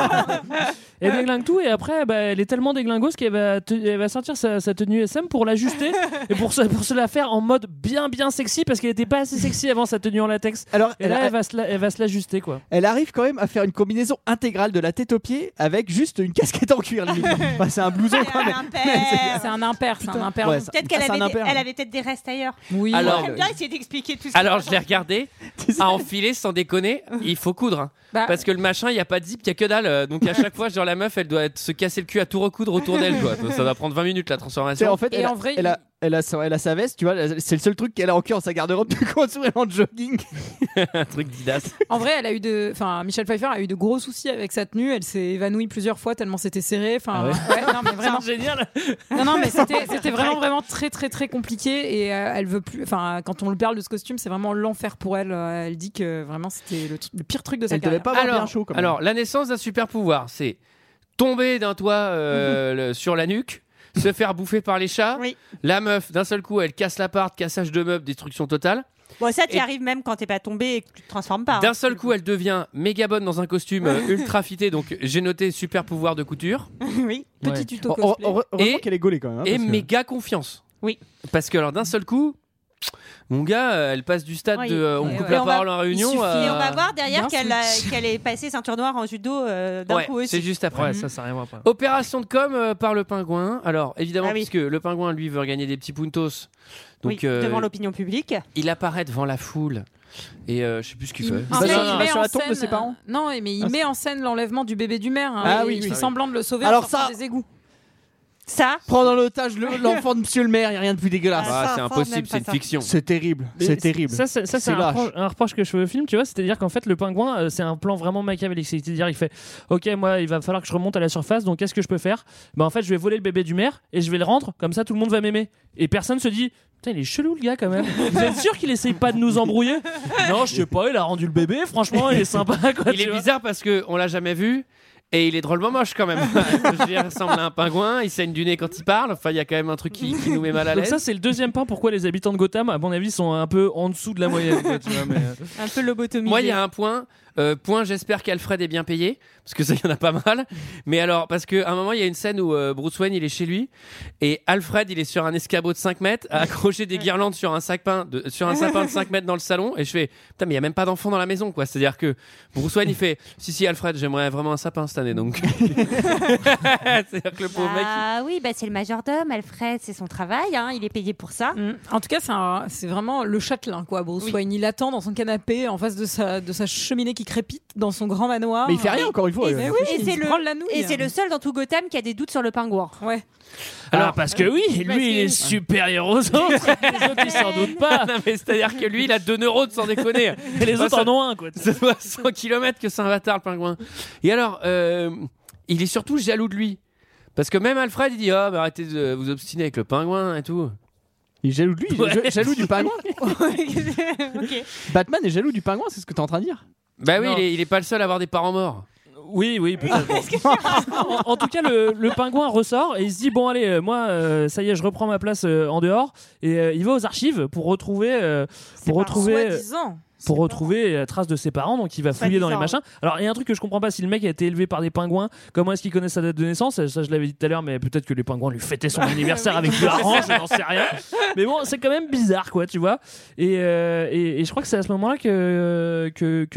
Elle déglingue tout et après elle est tellement déglingos qu'elle va sortir sa tenue SM pour l'ajuster et pour se la faire en mode bien sexy parce qu'elle était pas assez sexy avant sa tenue en latex. Alors, et là elle va se l'ajuster, quoi. Elle arrive quand même à faire une combinaison intégrale de la tête aux pieds avec juste une casquette en cuir limite. Enfin, c'est un blouson quand même. C'est un impair. Ouais, peut-être qu'elle avait peut-être des restes ailleurs. Oui. Alors, j'aime bien essayer d'expliquer tout ça. Alors je l'ai regardé à enfiler sans déconner. Il faut coudre. Hein. Parce que le machin, il n'y a pas de zip, il n'y a que dalle. Donc à chaque fois, genre la meuf, elle doit se casser le cul à tout recoudre autour d'elle, quoi. Ça va prendre 20 minutes la transformation. En fait, elle a sa veste, tu vois, c'est le seul truc qu'elle a en cul en sa garde-robe de contour et en jogging. Un truc d'Idas. En vrai, Michelle Pfeiffer a eu de gros soucis avec sa tenue. Elle s'est évanouie plusieurs fois tellement c'était serré. Enfin, non, mais vraiment. C'est génial. Non, mais c'était vraiment très très très compliqué et elle veut plus. Enfin, quand on lui parle de ce costume, c'est vraiment l'enfer pour elle. Elle dit que vraiment c'était le pire truc de sa carrière. Pas avoir bien chaud, quand même. Alors, la naissance d'un super pouvoir, c'est tomber d'un toit sur la nuque, se faire bouffer par les chats. Oui. La meuf, d'un seul coup, elle casse l'appart, cassage de meubles, destruction totale. Bon, ça, t'y arrives même quand t'es pas tombé et que tu te transformes pas. D'un seul coup, elle devient méga bonne dans un costume ultra fité. Donc, j'ai noté super pouvoir de couture. Oui. Petit tuto cosplay. Heureusement qu'elle est gaulée quand même. Et méga confiance. Oui. Parce que, alors, d'un seul coup. Mon gars, elle passe du stade de on coupe la parole en réunion. Et on va voir derrière qu'elle est passée ceinture noire en judo d'un coup aussi. C'est juste après. Ouais, ça rien à voir. Opération de com par le pingouin. Alors évidemment, puisque le pingouin lui veut gagner des petits puntos. Donc, devant l'opinion publique. Il apparaît devant la foule. Et je sais plus ce qu'il fait. Sur la tombe de ses parents. Non, mais il met en scène l'enlèvement du bébé du maire. Il fait semblant de le sauver en sortant des égouts. Ça, prendre en otage l'enfant de monsieur le maire, il n'y a rien de plus dégueulasse. C'est impossible, c'est une fiction. C'est terrible, c'est terrible. Ça c'est un reproche que je fais au film, tu vois, c'est-à-dire qu'en fait le pingouin, c'est un plan vraiment machiavélique, c'est-à-dire il fait ok, moi il va falloir que je remonte à la surface, donc qu'est-ce que je peux faire? En fait je vais voler le bébé du maire et je vais le rendre, comme ça tout le monde va m'aimer. Et personne se dit putain, il est chelou le gars quand même. Vous êtes sûr qu'il essaye pas de nous embrouiller? Non, je sais pas, il a rendu le bébé, franchement il est sympa, quoi. Il est bizarre parce qu'on l'a jamais vu. Et il est drôlement moche quand même. Il ressemble à un pingouin, il saigne du nez quand il parle. Enfin, il y a quand même un truc qui nous met mal à l'aise. Donc ça, c'est le deuxième point pourquoi les habitants de Gotham, à mon avis, sont un peu en dessous de la moyenne. Quoi, tu vois, mais... Un peu lobotomisés. Moi, il y a un point. Point, j'espère qu'Alfred est bien payé, parce que ça, il y en a pas mal. Mais alors, parce qu'à un moment, il y a une scène où Bruce Wayne, il est chez lui, et Alfred, il est sur un escabeau de 5 mètres, à accrocher des guirlandes sur un sapin de 5 mètres dans le salon, et je fais, putain, mais il n'y a même pas d'enfant dans la maison, quoi. C'est-à-dire que Bruce Wayne, il fait, si, Alfred, j'aimerais vraiment un sapin cette année, donc. C'est-à-dire que le pauvre mec. Ah oui, c'est le majordome, Alfred, c'est son travail, hein, il est payé pour ça. En tout cas, c'est vraiment le châtelain, quoi. Bruce Wayne, il attend dans son canapé, en face de sa cheminée qui crépite, dans son grand manoir. Mais il fait rien, encore une fois. Et c'est le seul dans tout Gotham qui a des doutes sur le pingouin. Ouais. Alors, parce que oui, lui, il est supérieur aux autres. Les autres, ils s'en doutent pas. Non, mais c'est-à-dire que lui, il a 2 neurones sans déconner. Et les autres en ont un, quoi. Ça doit 100 km que c'est un bâtard, le pingouin. Et alors, il est surtout jaloux de lui. Parce que même Alfred, il dit, mais arrêtez de vous obstiner avec le pingouin et tout. Il est jaloux de lui, jaloux du pingouin. Ok. Batman est jaloux du pingouin, c'est ce que t'es en train de dire? Bah oui, il est pas le seul à avoir des parents morts. Oui, peut-être. En tout cas, le pingouin ressort et il se dit bon allez, moi ça y est, je reprends ma place en dehors et il va aux archives pour retrouver la trace de ses parents, donc il va fouiller dans les machins. Alors il y a un truc que je comprends pas, si le mec a été élevé par des pingouins, comment est-ce qu'il connaît sa date de naissance? Ça je l'avais dit tout à l'heure, mais peut-être que les pingouins lui fêtaient son anniversaire avec du hareng, je n'en sais rien. Mais bon, c'est quand même bizarre, quoi, tu vois. Et je crois que c'est à ce moment-là que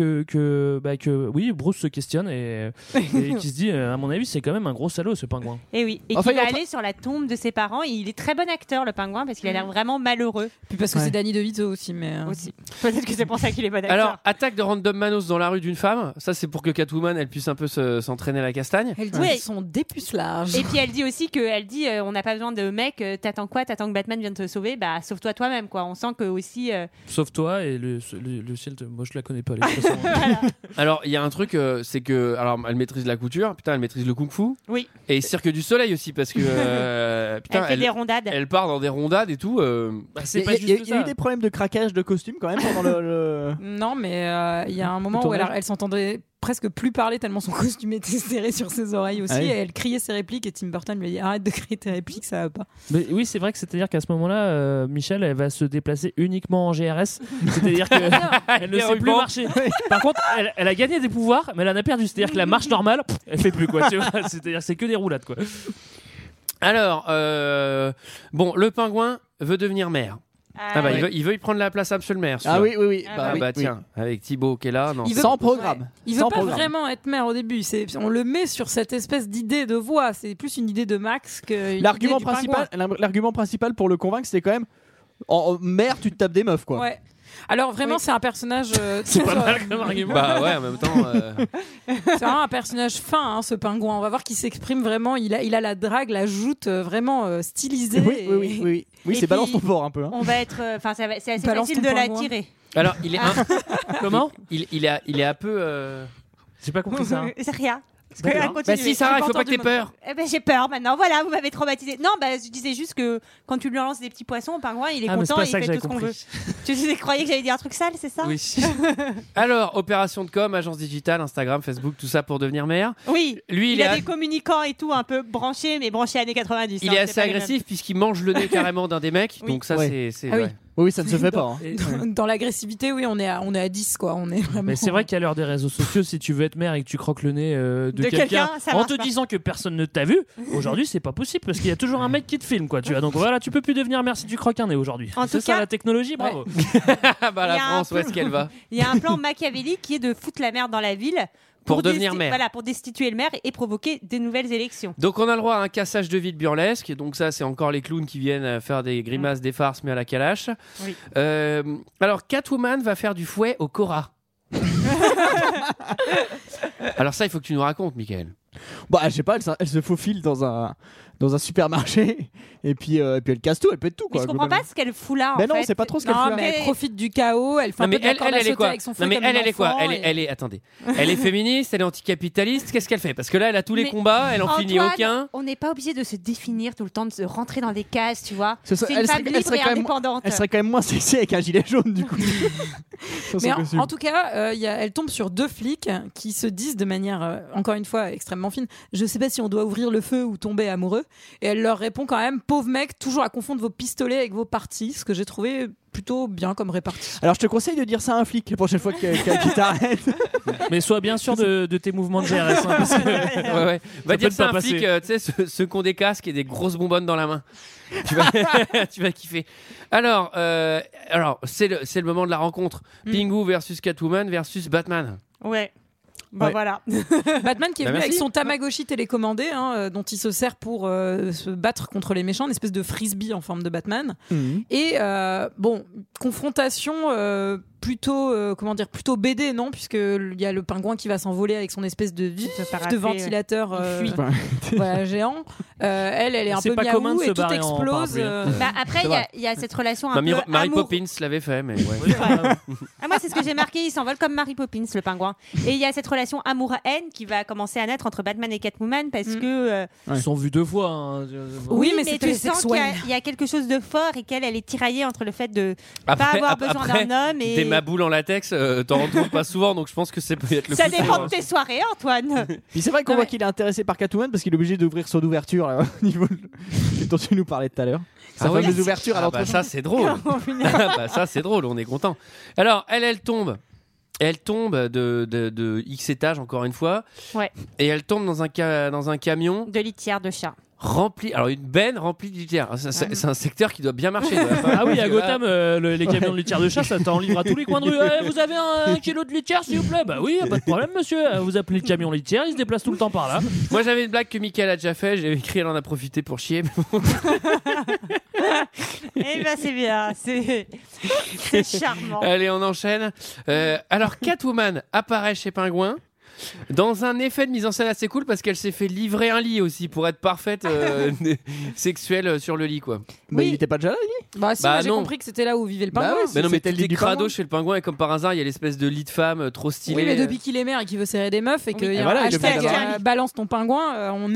oui, Bruce se questionne et qui se dit, à mon avis, c'est quand même un gros salaud ce pingouin. Et oui, et qui va aller sur la tombe de ses parents. Et il est très bon acteur, le pingouin, parce qu'il a l'air vraiment malheureux. Puis parce que c'est Danny DeVito aussi, mais aussi. Peut-être que c'est pour ça qu'il est bon acteur. Alors, attaque de random manos dans la rue d'une femme. Ça, c'est pour que Catwoman, elle puisse un peu s'entraîner à la castagne. Elle dit son dépucelage. Et puis elle dit aussi on n'a pas besoin de mec. T'attends quoi? T'attends que Batman vienne te sauver? Bah, sauve-toi toi-même, quoi. On sent que aussi. Sauve-toi et le ciel. Moi, je la connais pas. Voilà. Alors, il y a un truc, c'est que, alors, elle maîtrise la couture. Putain, elle maîtrise le kung-fu. Oui. Et Cirque du Soleil aussi, parce que. Putain, elle fait des rondades. Elle part dans des rondades et tout. Il y a eu des problèmes de craquage de costumes quand même pendant le. Non, mais il y a un moment où elle s'entendait presque plus parler tellement son costume était serré sur ses oreilles aussi, et elle criait ses répliques et Tim Burton lui a dit arrête de crier tes répliques, ça va pas. Mais oui, c'est vrai que c'est-à-dire qu'à ce moment-là, Michel, elle va se déplacer uniquement en GRS, c'est-à-dire qu'elle ne sait plus marcher. Par contre, elle a gagné des pouvoirs, mais elle en a perdu, c'est-à-dire que la marche normale, elle fait plus, quoi, tu vois, c'est-à-dire que c'est que des roulades, quoi. Alors, bon, le pingouin veut devenir maire. Il veut y prendre la place à Monsieur le maire. Oui. Tiens, avec Thibaut qui est là. Non, sans programme. Il veut pas vraiment être maire au début. On le met sur cette espèce d'idée de voix. C'est plus une idée de Max que. L'argument principal pour le convaincre, c'est quand même en maire, tu te tapes des meufs, quoi. Ouais. Alors vraiment, c'est un personnage. C'est pas mal comme argument. Bah ouais, en même temps. C'est vraiment un personnage fin, hein, ce pingouin. On va voir qu'il s'exprime vraiment. Il a la drague, la joute vraiment stylisée. Oui, c'est balance ton porc un peu. Hein. On va être. Enfin, c'est assez facile de l'attirer. Alors, il est. Comment il est un peu. J'ai pas compris ça. C'est rien. Bah si, Sarah, il faut pas que t'aies peur. J'ai peur maintenant. Voilà, vous m'avez traumatisé. Non, je disais juste que quand tu lui lances des petits poissons au pingouin, il est content et il fait tout ce qu'on veut. Tu croyais que j'allais dire un truc sale, c'est ça? Oui. Alors, opération de com, agence digitale, Instagram, Facebook, tout ça pour devenir maire. Oui. Lui, il a des communicants et tout un peu branchés, mais branchés années 90. Il est assez agressif puisqu'il mange le nez carrément d'un des mecs. Donc ça, c'est. Oui, ça ne se fait pas. Hein. Dans l'agressivité, oui, on est à 10, quoi. On est vraiment... Mais c'est vrai qu'à l'heure des réseaux sociaux, si tu veux être maire et que tu croques le nez de quelqu'un en te disant que personne ne t'a vu, aujourd'hui, c'est pas possible parce qu'il y a toujours un mec qui te filme, quoi. Tu vois, donc voilà, tu peux plus devenir maire si tu croques un nez aujourd'hui. C'est ça la technologie, bravo. La France, où est-ce qu'elle va? Il y a un plan machiavélique qui est de foutre la merde dans la ville. Pour devenir maire. Voilà, pour destituer le maire et provoquer des nouvelles élections. Donc on a le droit à un cassage de ville burlesque. Donc ça, c'est encore les clowns qui viennent faire des grimaces, des farces, mais à la calache. Oui. Alors Catwoman va faire du fouet au Cora. Alors ça, il faut que tu nous racontes, Michael. Bah, je sais pas, elle se faufile dans un supermarché et puis elle casse tout, elle pète tout, quoi. Mais je comprends pas ce qu'elle fout là. Mais non, c'est pas trop ce qu'elle fout là. Mais elle profite du chaos, elle fait un peu de la corde à sauter avec son fouet. Non, mais elle est quoi? Attendez. Elle est féministe, elle est anticapitaliste. Qu'est-ce qu'elle fait? Parce que là, elle a tous les combats, elle en finit aucun. On n'est pas obligé de se définir tout le temps, de se rentrer dans des cases, tu vois. C'est une femme libre et indépendante. Elle serait quand même moins sexy avec un gilet jaune, du coup. Mais en tout cas, elle tombe sur 2 flics qui se disent de manière, encore une fois, extrêmement fine, je sais pas si on doit ouvrir le feu ou tomber amoureux. Et elle leur répond quand même, pauvre mec, toujours à confondre vos pistolets avec vos parties, ce que j'ai trouvé plutôt bien comme répartie. Alors je te conseille de dire ça à un flic la prochaine fois qu'il t'arrête. Mais sois bien sûr de tes mouvements de GRS. Hein, parce que Ouais. Va peut dire ne ça à pas un flic, passer. tu sais, ceux qui ont des casques et des grosses bonbonnes dans la main. Tu vas, tu vas kiffer. Alors c'est le moment de la rencontre. Pingu versus Catwoman versus Batman. Ouais. Bah Ouais. voilà. Batman qui est Bah, venu merci. avec son Tamagotchi télécommandé, dont il se sert pour se battre contre les méchants, une espèce de frisbee en forme de Batman. Et confrontation plutôt plutôt BD, non, puisque il y a le pingouin qui va s'envoler avec son espèce de parapluie, ventilateur fuit. voilà, géant. Elle est un C'est peu pas commun de miaou se et tout barrer en explose. parapluie. Bah, après, C'est vrai. il y a cette relation un Bah, peu Mary amour. Poppins l'avait fait, mais ouais. Ah, moi, c'est ce que j'ai marqué. Il s'envole comme Mary Poppins, le pingouin. Et il y a cette relation amour-haine qui va commencer à naître entre Batman et Catwoman parce que. Ils se sont vus 2 fois. Hein. Oui, mais tu c'était sens qu'il y a quelque chose de fort et qu'elle est tiraillée entre le fait de pas Après- avoir après- besoin après, d'un homme et. Des maboules en latex, t'en retrouves pas souvent, donc je pense que c'est peut-être le Ça coup. dépend de tes soirées, Antoine. Puis c'est vrai qu'on Non, voit mais- qu'il est intéressé par Catwoman parce qu'il est obligé d'ouvrir son ouverture là, au niveau dont tu nous parlais tout à l'heure. Sa Ah oui. fameuse ouverture à Ah bah l'entrée. ça c'est drôle. Bah ça c'est drôle, on est content. Alors elle tombe. Elle tombe de X étages encore une fois. Ouais. Et elle tombe dans un camion De litière de chat. rempli. Alors une benne remplie de litière. C'est un secteur qui doit bien marcher. Ah oui, à Gotham, les camions de litière de chat, ça t'en livre à tous les coins de rue. Vous avez un kilo de litière, s'il vous plaît? Bah oui, pas de problème, monsieur. Vous appelez le camion litière, il se déplace tout le temps par là. Moi j'avais une blague que Mickaël a déjà fait. J'ai écrit, elle en a profité pour chier. Eh ben c'est bien, c'est charmant. Allez, on enchaîne. Alors, Catwoman apparaît chez Pingouin dans un effet de mise en scène assez cool parce qu'elle s'est fait livrer un lit aussi pour être parfaite sexuelle sur le lit, quoi. Mais Oui. il était pas déjà là, lui Bah si, Bah, moi, j'ai non. compris que c'était là où vivait le Bah pingouin. ouais, Mais non, mais C'était tout le lit est du crado pingouin. chez le Pingouin et comme par hasard, il y a l'espèce de lit de femme trop stylé. Oui, mais depuis qu'il est maire et qu'il veut serrer des meufs et qu'il y Et a voilà, un il devient hashtag d'avoir un balance ton pingouin, on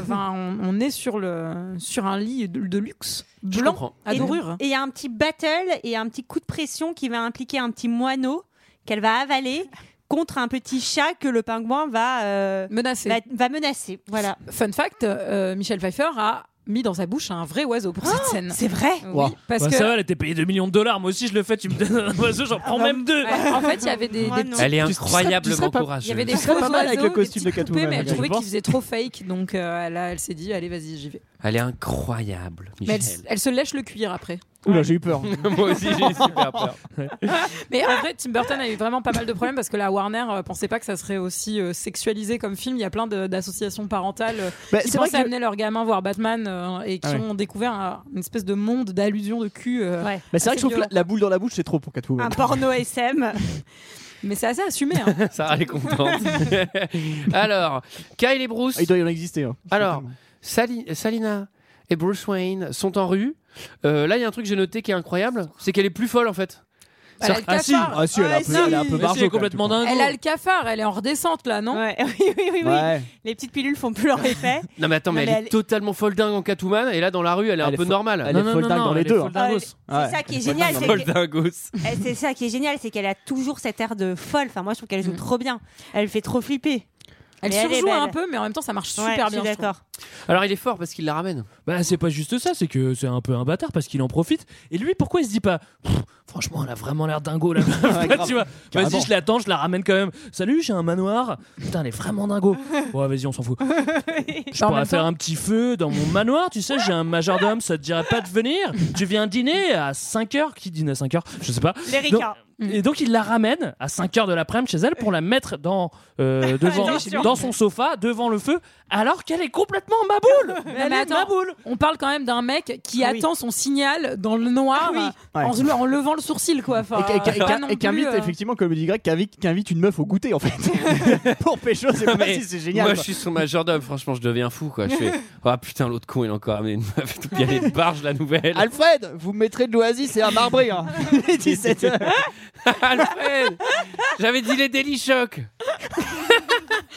est sur un lit de luxe Je blanc comprends. à Et- dorure. Et il y a un petit battle et un petit coup de pression qui va impliquer un petit moineau qu'elle va avaler contre un petit chat que le pingouin va Menacé. menacer. Voilà. Fun fact, Michel Pfeiffer a mis dans sa bouche un vrai oiseau pour cette scène. C'est vrai. Oui, Wow. parce Bah, que ça va, elle était payée $2 millions. Moi aussi, je le fais. Tu me donnes un oiseau, j'en prends même 2. en fait, il y avait des Moi, petits non. Elle est Tu serais incroyablement pas- il y courageuse. avait des Ce serait faux pas mal avec oiseaux, le costume des de petites poupées, Catwoman, mais elle je trouvait pense. qu'il faisait trop fake, donc elle s'est dit allez vas-y j'y vais. Elle est incroyable, Mais Michel. elle se lèche le cuir après. Oula, j'ai eu peur. Moi aussi, j'ai super peur. Mais en vrai, Tim Burton a eu vraiment pas mal de problèmes parce que la Warner pensait pas que ça serait aussi sexualisé comme film. Il y a plein d'associations parentales Bah, qui c'est vrai pensaient que amener leur gamin voir Batman et qui Ah ouais. ont découvert une espèce de monde d'allusions de cul. Ouais. Mais c'est vrai que je assez trouve que violent. la boule dans la bouche, c'est trop pour Catwoman. Un porno SM. Mais c'est assez assumé. Hein. Sarah elle est contente. Alors, Kyle et Bruce. Ah, il doit y en exister. Hein. Alors, Salina et Bruce Wayne sont en rue. Là, il y a un truc que j'ai noté qui est incroyable, c'est qu'elle est plus folle en fait. Elle a le Ah si, cafard. ah, si, elle est un peu, si. elle est un peu Mais si, barjo, elle est quand même, complètement tu vois. dingue. Elle a le cafard, elle est en redescente là, non Ouais. Oui. Ouais. Les petites pilules font plus leur effet. Non mais attends, Non, mais mais elle est elle- totalement folle dingue en Catwoman et là dans la rue elle est un Elle est peu folle. normale. Elle est folle dingue dans les deux. hein. C'est ça qui est génial, c'est Folle que- dingos. c'est ça qui est génial, c'est qu'elle a toujours cet air de folle. Enfin, moi, je trouve qu'elle joue trop bien. Elle fait trop flipper. Elle Mais elle est surjoue belle. un peu, mais en même temps ça marche Ouais, super je suis bien. je trouve. d'accord. Alors il est fort parce qu'il la ramène. Bah, c'est pas juste ça, c'est que c'est un peu un bâtard parce qu'il en profite. Et lui, pourquoi il se dit pas franchement, elle a vraiment l'air dingo la meuf. Ouais, grave. Tu vois, Carrément. vas-y, je l'attends, je la ramène quand même. Salut, j'ai un manoir. Putain, elle est vraiment dingo. Ouais, vas-y, on s'en fout. Je En pourrais même faire temps- un petit feu dans mon manoir, tu sais, j'ai un majordome, ça te dirait pas de venir? Tu viens dîner à 5h? Qui dîne à 5h? Je sais pas. Les ricains. Et donc il la ramène à 5h de l'après-midi chez elle pour la mettre devant, Attention. dans son sofa, devant le feu, alors qu'elle est complètement maboule. Elle mais est attends. maboule. On parle quand même d'un mec qui Ah oui. attend son signal dans le noir Oui. en levant le sourcil quoi. Enfin, pas non Et qui invite plus, effectivement, comme le dit Greg, qui invite une meuf au goûter en fait. Pour pécho, c'est pas Mais si c'est génial. moi quoi. je suis son majordome, franchement je deviens fou quoi. Je fais oh putain l'autre con il a encore amené une meuf. Puis elle est barge la nouvelle. Alfred, vous me mettrez de l'oasis et un marbré. Hein. Il est 17h. Alfred, j'avais dit les Daily Shock.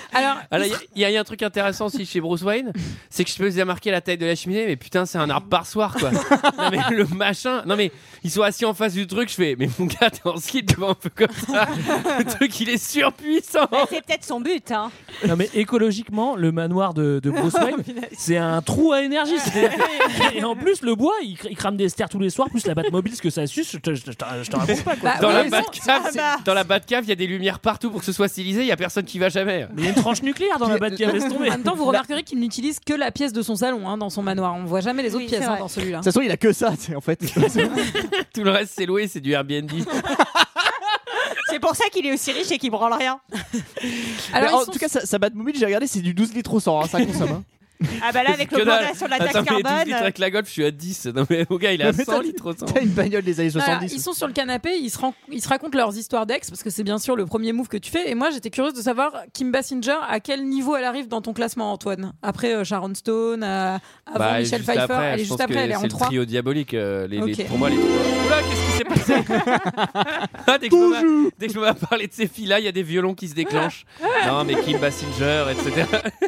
Alors, il y a un truc intéressant aussi chez Bruce Wayne, c'est que je peux marquer la taille de la cheminée, mais putain, c'est un arbre par soir, quoi. Non, mais le machin. Non, mais ils sont assis en face du truc, je fais, mais mon gars, t'es en ski, tu vois, un peu comme ça. Le truc, il est surpuissant. C'est peut-être son but, hein. Non, mais écologiquement, le manoir de Bruce Wayne, c'est un trou à énergie. Et en plus, le bois, il crame des stères tous les soirs, plus la Batmobile, ce que ça suce, je te raconte pas, quoi. Dans la Batcave, il y a des lumières partout pour que ce soit stylisé, il y a personne qui va jamais. Mais il y a une tranche nucléaire dans la Batcave, laisse tomber. En même temps, vous remarquerez qu'il n'utilise que la pièce de son salon dans son manoir. On voit jamais les autres pièces dans celui-là. De toute façon, il a que ça, en fait. Tout le reste, c'est loué, c'est du Airbnb. C'est pour ça qu'il est aussi riche et qu'il branle rien. Alors, en tout cas, sa Batmobile, j'ai regardé, c'est du 12 litres au 100, ça consomme. Hein. Ah bah là, avec l'augmentation de la taxe carbone. 12 litres avec la Golf, je suis à 10. Non mais mon gars, il est à 100 litres au 100. T'as une bagnole des années 70. Ils sont sur le canapé, ils se racontent leurs histoires d'ex, parce que c'est bien sûr le premier move que tu fais. Et moi, j'étais curieuse de savoir, Kim Basinger, à quel niveau elle arrive dans ton classement, Antoine. Après Sharon Stone, avant Michelle Pfeiffer, elle est juste après, elle est en 3. C'est le trio diabolique. Okay. Pour moi, les... Oula, qu'est-ce qui s'est passé dès que je me mets à parler de ces filles-là, il y a des violons qui se déclenchent. Non, mais Kim Basinger, etc.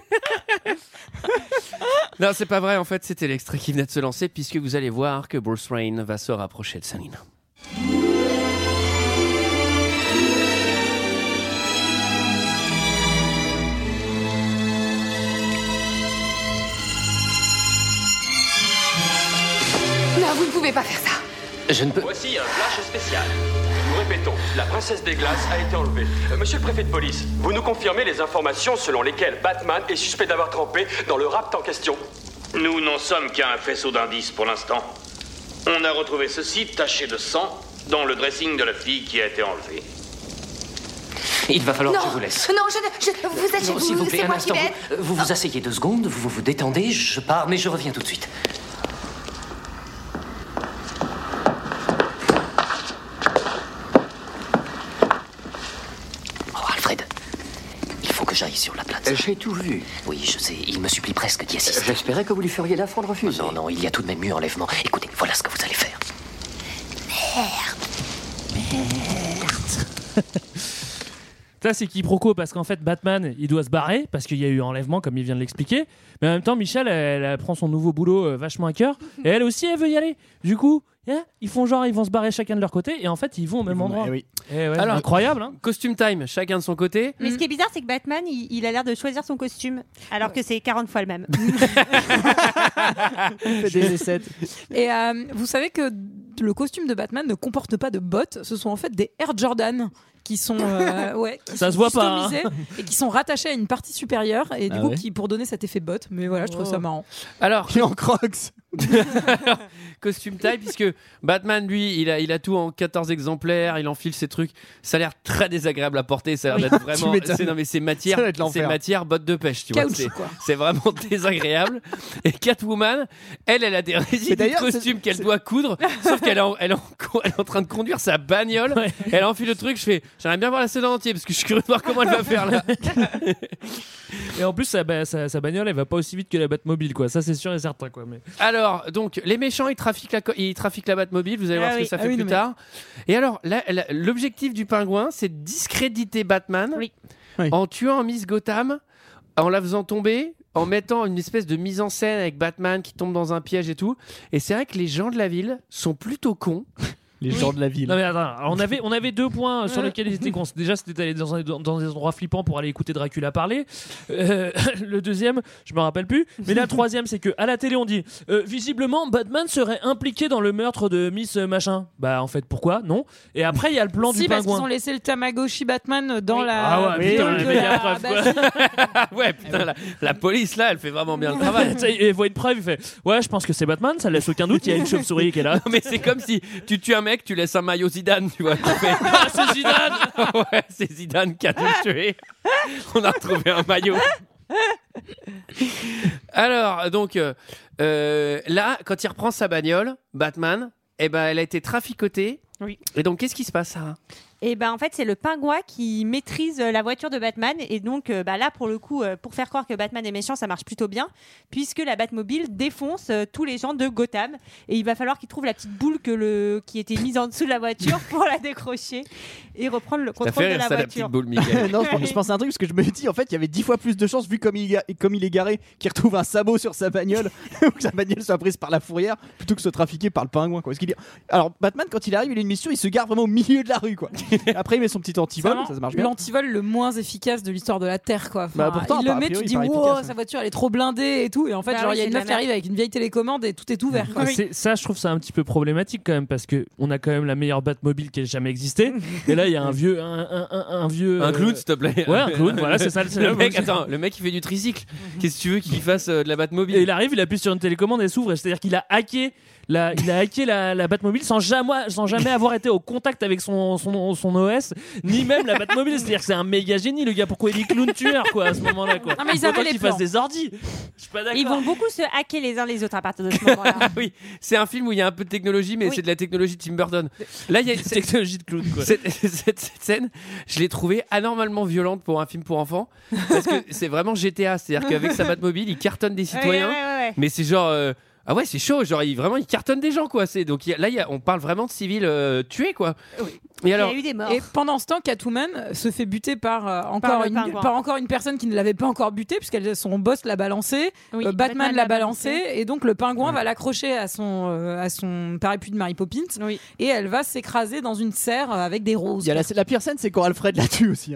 Non, c'est pas vrai, en fait, c'était l'extrait qui venait de se lancer, puisque vous allez voir que Bruce Wayne va se rapprocher de Selina. Non, vous ne pouvez pas faire ça. Je ne peux... Voici un flash spécial. Nous répétons, la princesse des glaces a été enlevée. Monsieur le préfet de police, vous nous confirmez les informations selon lesquelles Batman est suspect d'avoir trempé dans le rapt en question? Nous n'en sommes qu'à un faisceau d'indices pour l'instant. On a retrouvé ceci taché de sang dans le dressing de la fille qui a été enlevée. Il va falloir que je vous laisse. Non, vous êtes chez vous, s'il vous plaît, c'est un moi instant. qui vais. Vous vous asseyez 2 secondes, vous vous détendez, je pars, mais je reviens tout de suite. Que j'aille sur la plateforme. J'ai tout vu. Oui, je sais, il me supplie presque d'y assister. J'espérais que vous lui feriez l'affront de refuser. Non, il y a tout de même eu enlèvement. Écoutez, voilà ce que vous allez faire. Merde. Ça, c'est quiproquo parce qu'en fait, Batman, il doit se barrer parce qu'il y a eu enlèvement, comme il vient de l'expliquer. Mais en même temps, Michelle, elle prend son nouveau boulot vachement à cœur. Et elle aussi, elle veut y aller. Du coup, ils font genre, ils vont se barrer chacun de leur côté. Et en fait, ils vont au même endroit. Oui. Alors, incroyable, hein. Costume time, chacun de son côté. Mais ce qui est bizarre, c'est que Batman, il a l'air de choisir son costume, alors que c'est 40 fois le même. des essais. Et vous savez que le costume de Batman ne comporte pas de bottes. Ce sont en fait des Air Jordan qui sont qui ça sont se voit pas, customisés et qui sont rattachés à une partie supérieure et du coup ouais. qui pour donner cet effet botte. Mais voilà, je trouve ça marrant. Alors, qui est en Crocs. Alors, costume taille, puisque Batman, lui, il a tout en 14 exemplaires, il enfile ses trucs. Ça a l'air très désagréable à porter, ça a l'air d'être vraiment. C'est matière botte de pêche, tu vois. C'est vraiment désagréable. Et Catwoman, elle a des résidus de costume qu'elle doit coudre, sauf qu'elle est en train de conduire sa bagnole. Ouais. Elle enfile le truc, j'aimerais bien voir la scène en entier parce que je suis curieux de voir comment elle va faire là. Et en plus, sa bagnole, elle va pas aussi vite que la Batmobile, quoi. Ça, c'est sûr et certain, quoi. Mais... Alors, donc, les méchants, ils trafiquent la Batmobile. Vous allez voir ce que ça fait plus tard. Et alors, l'objectif du pingouin, c'est de discréditer Batman en tuant Miss Gotham, en la faisant tomber, en mettant une espèce de mise en scène avec Batman qui tombe dans un piège et tout. Et c'est vrai que les gens de la ville sont plutôt cons. Les gens de la ville. Non mais attends, alors on avait 2 points sur lesquels ils étaient cons. Déjà, c'était d'aller dans des endroits flippants pour aller écouter Dracula parler. Le deuxième, je me rappelle plus. Mais là, le troisième, c'est que à la télé, on dit visiblement Batman serait impliqué dans le meurtre de Miss machin. Bah en fait, pourquoi non? Et après, il y a le plan du pingouin. Si, parce qu'ils ont laissé le Tamagotchi Batman dans la. Ah ouais, putain, de la... Ouais, putain, la police là, elle fait vraiment bien le travail. Et voit une preuve, il fait ouais, je pense que c'est Batman, ça laisse aucun doute. Il y a une chauve-souris qui est là. Non, mais c'est comme si tu tues un mec, tu laisses un maillot Zidane, tu vois. Ah, c'est Zidane. Ouais, c'est Zidane qui a dû le tuer. On a retrouvé un maillot. Alors, donc, là, quand il reprend sa bagnole, Batman, elle a été traficotée. Oui. Et donc, qu'est-ce qui se passe, Sarah ? Et ben en fait c'est le pingouin qui maîtrise la voiture de Batman et donc là pour le coup pour faire croire que Batman est méchant ça marche plutôt bien puisque la Batmobile défonce tous les gens de Gotham et il va falloir qu'il trouve la petite boule qui était mise en dessous de la voiture pour la décrocher et reprendre le contrôle de la voiture. La petite boule, Mickaël. Non, je pense à un truc parce que je me dis en fait il y avait 10 fois plus de chances vu comme il est garé qu'il retrouve un sabot sur sa bagnole ou que sa bagnole soit prise par la fourrière plutôt que soit trafiquée par le pingouin quoi. Alors Batman quand il arrive il a une mission, il se gare vraiment au milieu de la rue quoi. Après il met son petit antivol, ça marche bien. L'antivol le moins efficace de l'histoire de la Terre quoi. Enfin, pourtant, il le met, tu dis wow, sa voiture elle est trop blindée et tout et en fait il y a une meuf qui arrive avec une vieille télécommande et tout est ouvert. Quoi. Ça je trouve ça un petit peu problématique quand même parce que on a quand même la meilleure Batmobile qui ait jamais existé et là il y a un vieux un clown s'il te plaît. Ouais un clown voilà c'est ça le mec. Attends le mec il fait du tricycle. Qu'est-ce que tu veux qu'il fasse de la Batmobile? Et il arrive, il appuie sur une télécommande et elle s'ouvre. C'est-à-dire qu'il a hacké la Batmobile sans jamais avoir été au contact avec son OS ni même la Batmobile. C'est-à-dire que c'est un méga génie le gars. Pourquoi il est clown tueur quoi à ce moment-là quoi. Non mais ils avaient les plans. Fassent des ordis. Je suis pas d'accord. Ils vont beaucoup se hacker les uns les autres à partir de ce moment-là. Oui, c'est un film où il y a un peu de technologie mais c'est de la technologie de Tim Burton. Là il y a une technologie de clown quoi. Cette scène, je l'ai trouvée anormalement violente pour un film pour enfants parce que c'est vraiment GTA, c'est-à-dire qu'avec sa Batmobile, il cartonne des citoyens. Ouais. Mais c'est genre ah ouais, c'est chaud, genre il cartonne des gens quoi, donc on parle vraiment de civils tués quoi. Oui. Et alors il y a eu des morts. Et pendant ce temps, Catwoman se fait buter par encore une personne qui ne l'avait pas encore buté puisque son boss l'a balancé, Batman l'a balancé et donc le pingouin va l'accrocher à son parapluie de Mary Poppins et elle va s'écraser dans une serre avec des roses. Il y a la pire scène, c'est quand Alfred la tue aussi. Hein.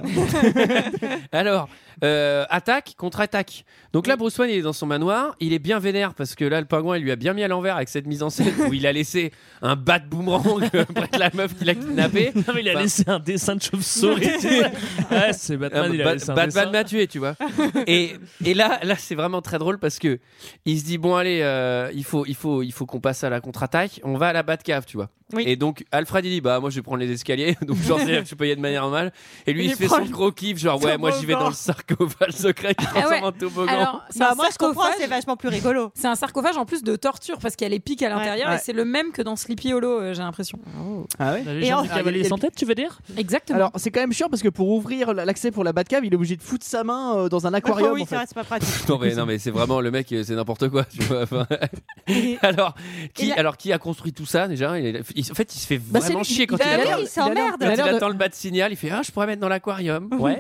Alors attaque contre attaque. Donc là Bruce Wayne il est dans son manoir, il est bien vénère parce que là le pingouin il lui a bien mis à l'envers avec cette mise en scène où il a laissé un bat boomerang près de la meuf qu'il a kidnappé. Non, mais il a laissé un dessin de chauve-souris. Ouais, c'est Batman, il a laissé un dessin. Batman m'a tué, tu vois. Et là c'est vraiment très drôle parce que il se dit bon allez, il faut qu'on passe à la contre-attaque. On va à la Batcave, tu vois. Oui. Et donc Alfred il dit bah moi je vais prendre les escaliers donc genre c'est je peux y aller de manière normale et lui il se fait son gros kiff genre ouais moi j'y vais dans le sarcophage secret qui transforme en toboggan. Alors moi je comprends, c'est vachement plus rigolo. C'est un sarcophage en plus de torture parce qu'il y a les pics à l'intérieur et c'est le même que dans Sleepy Hollow j'ai l'impression. Ah ouais. La légende du cavalier sans tête tu veux dire? Exactement. Alors c'est quand même chiant parce que pour ouvrir l'accès pour la Batcave il est obligé de foutre sa main dans un aquarium. Oui en fait. c'est pas pratique. non mais c'est vraiment le mec c'est n'importe quoi tu vois. Enfin, alors qui a construit tout ça déjà en fait il se fait vraiment chier quand il s'emmerde. Quand il attend le bat de signal, il fait je pourrais mettre dans l'aquarium. Ouais.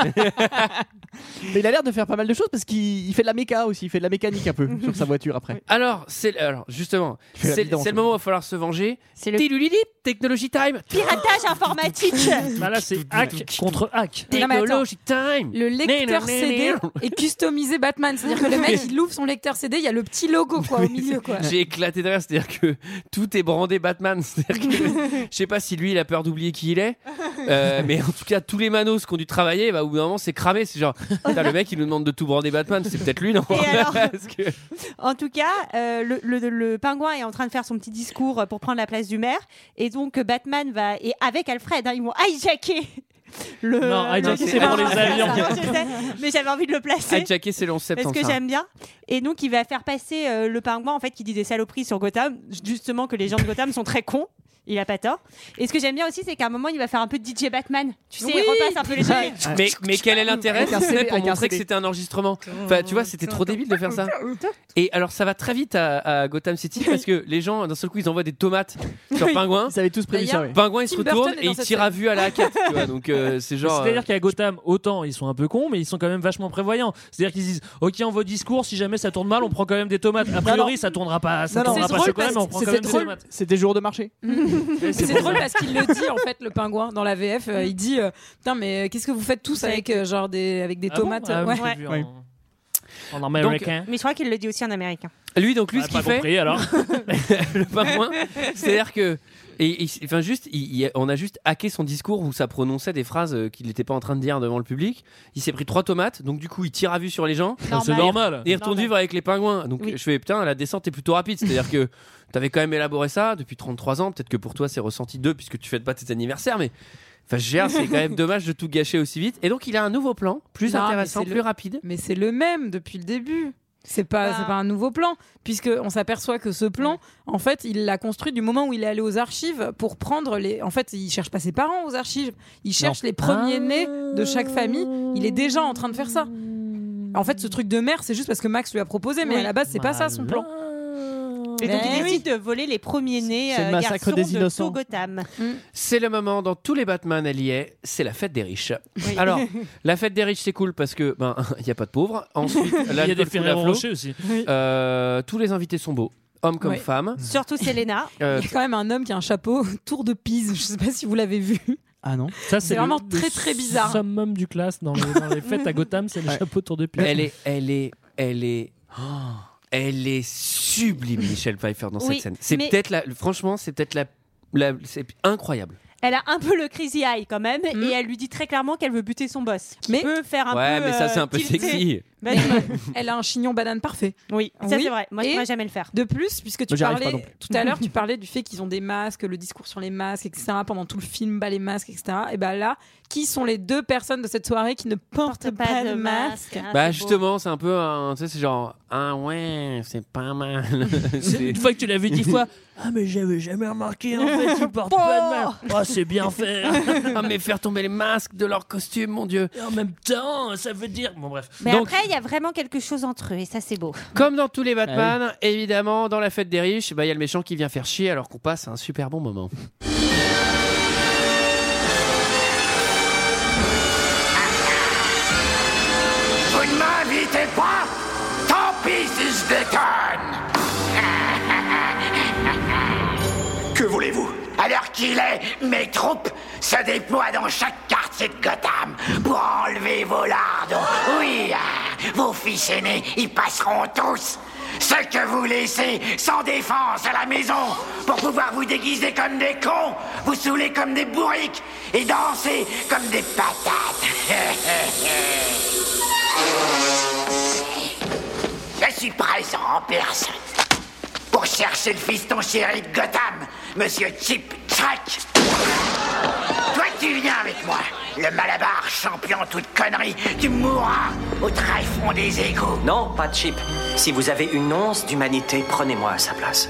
Mais il a l'air de faire pas mal de choses parce qu'il fait de la méca aussi, il fait de la mécanique un peu sur sa voiture après. Alors justement, c'est le moment où il va falloir se venger. C'est le technology time. Piratage informatique. Bah là c'est hack contre hack. Technology time. Le lecteur CD est customisé Batman, c'est-à-dire que le mec il ouvre son lecteur CD, il y a le petit logo quoi au milieu quoi. J'ai éclaté de rire, c'est-à-dire que tout est brandé Batman, c'est-à-dire que je sais pas si lui il a peur d'oublier qui il est mais en tout cas tous les manos qui ont dû travailler au bout d'un moment c'est cramé, c'est genre le mec il nous demande de tout brander Batman, c'est peut-être lui non? Alors, en tout cas le pingouin est en train de faire son petit discours pour prendre la place du maire et donc Batman va et avec Alfred ils vont hijacker non, hijacker c'est pour les avions. Mais j'avais envie de le placer. Hijacker c'est le 11 septembre. Parce que j'aime bien. Et donc il va faire passer le pingouin en fait qui dit des saloperies sur Gotham, justement que les gens de Gotham sont très cons. Il a pas tort. Et ce que j'aime bien aussi, c'est qu'à un moment, il va faire un peu de DJ Batman. Tu sais, il repasse un peu les gens. Mais quel est l'intérêt si ce n'est pour montrer que c'était un enregistrement? Enfin, tu vois, c'était trop débile de faire ça. Et alors, ça va très vite à Gotham City parce que les gens, d'un seul coup, ils envoient des tomates sur Pingouin. Ils avaient tous prévu ça. Pingouin, il se retourne et il tire à vue à la A4. Tu vois, donc c'est genre. C'est-à-dire qu'à Gotham, autant ils sont un peu cons, mais ils sont quand même vachement prévoyants. C'est-à-dire qu'ils disent, ok, on vos discours, si jamais ça tourne mal, on prend quand même des tomates. A priori, ça tournera pas. Ça tournera pas chocolat, mais on prend quand même des tomates. C'était jour de marché. C'est drôle parce qu'il le dit en fait le pingouin dans la VF il dit putain mais qu'est-ce que vous faites tous avec genre avec des tomates en américain. Mais je crois qu'il le dit aussi en américain. Lui ce qu'il fait compris, alors. le pingouin c'est-à-dire que on a juste hacké son discours où ça prononçait des phrases qu'il n'était pas en train de dire devant le public. Il s'est pris 3 tomates, donc du coup il tire à vue sur les gens. C'est normal. Et il retourne vivre avec les pingouins. Donc je fais putain, la descente est plutôt rapide. C'est-à-dire que t'avais quand même élaboré ça depuis 33 ans. Peut-être que pour toi c'est ressenti 2 puisque tu fêtes pas tes anniversaires, mais enfin, c'est quand même dommage de tout gâcher aussi vite. Et donc il a un nouveau plan, plus intéressant, plus rapide. Mais c'est le même depuis le début. C'est pas un nouveau plan, puisque on s'aperçoit que ce plan, en fait, il l'a construit du moment où il est allé aux archives pour prendre les. En fait, il cherche pas ses parents aux archives, il cherche les premiers-nés de chaque famille. Il est déjà en train de faire ça. En fait, ce truc de mère, c'est juste parce que Max lui a proposé, mais à la base, c'est pas ça son plan. Et donc il décide de voler les premiers-nés C'est le massacre garçons des de innocents. tout Gotham. C'est le moment dans tous les Batman, elle y est, c'est la fête des riches. Alors, la fête des riches, c'est cool parce que il y a pas de pauvres. Ensuite, il y a des Ferrero Rocher aussi. Tous les invités sont beaux. Hommes comme femmes. Surtout Selena. Il y a quand même un homme qui a un chapeau tour de Pise. Je sais pas si vous l'avez vu. Ah non. Ça, c'est vraiment très très bizarre. Le summum du classe dans les fêtes à Gotham, c'est le chapeau tour de Pise. Elle est sublime, Michelle Pfeiffer, dans cette scène. C'est mais- peut-être franchement, c'est peut-être c'est incroyable. Elle a un peu le crazy eye quand même, et elle lui dit très clairement qu'elle veut buter son boss. Qui peut faire un peu. Mais ça, c'est un peu tilter. sexy. Mais elle a un chignon banane parfait. Oui, ça c'est vrai. Moi, je pourrais jamais le faire. De plus, puisque tu Moi, j'y arrive pas parlais non plus. tout à l'heure, tu parlais du fait qu'ils ont des masques, le discours sur les masques, etc. Pendant tout le film, les masques, etc. Et ben là, qui sont les deux personnes de cette soirée qui ne portent pas de masque? Justement, c'est un peu tu sais, c'est genre ouais, c'est pas mal. Une fois que tu l'as vu 10 fois, mais j'avais jamais remarqué, en fait, ils portent pas de masque. Oh, c'est bien fait. Mais faire tomber les masques de leur costume, mon Dieu. Et en même temps, ça veut dire. Bon, bref. Mais Donc, après, il y a vraiment quelque chose entre eux, et ça c'est beau. comme dans tous les Batman, évidemment, dans la fête des riches, il y a le méchant qui vient faire chier alors qu'on passe un super bon moment. Vous ne m'invitez pas? Tant pis si je déconne. Que voulez-vous? À l'heure qu'il est, mes troupes se déploient dans chaque quartier de Gotham pour enlever vos lardons. Oui, vos fils aînés y passeront tous. Ceux que vous laissez sans défense à la maison pour pouvoir vous déguiser comme des cons, vous saouler comme des bourriques et danser comme des patates. Je suis présent en personne pour chercher le fiston chéri de Gotham, Monsieur Chip Shrek. Toi, tu viens avec moi. Le Malabar champion toute connerie, tu mourras au tréfonds des égouts. Non, pas de Chip. Si vous avez une once d'humanité, prenez-moi à sa place.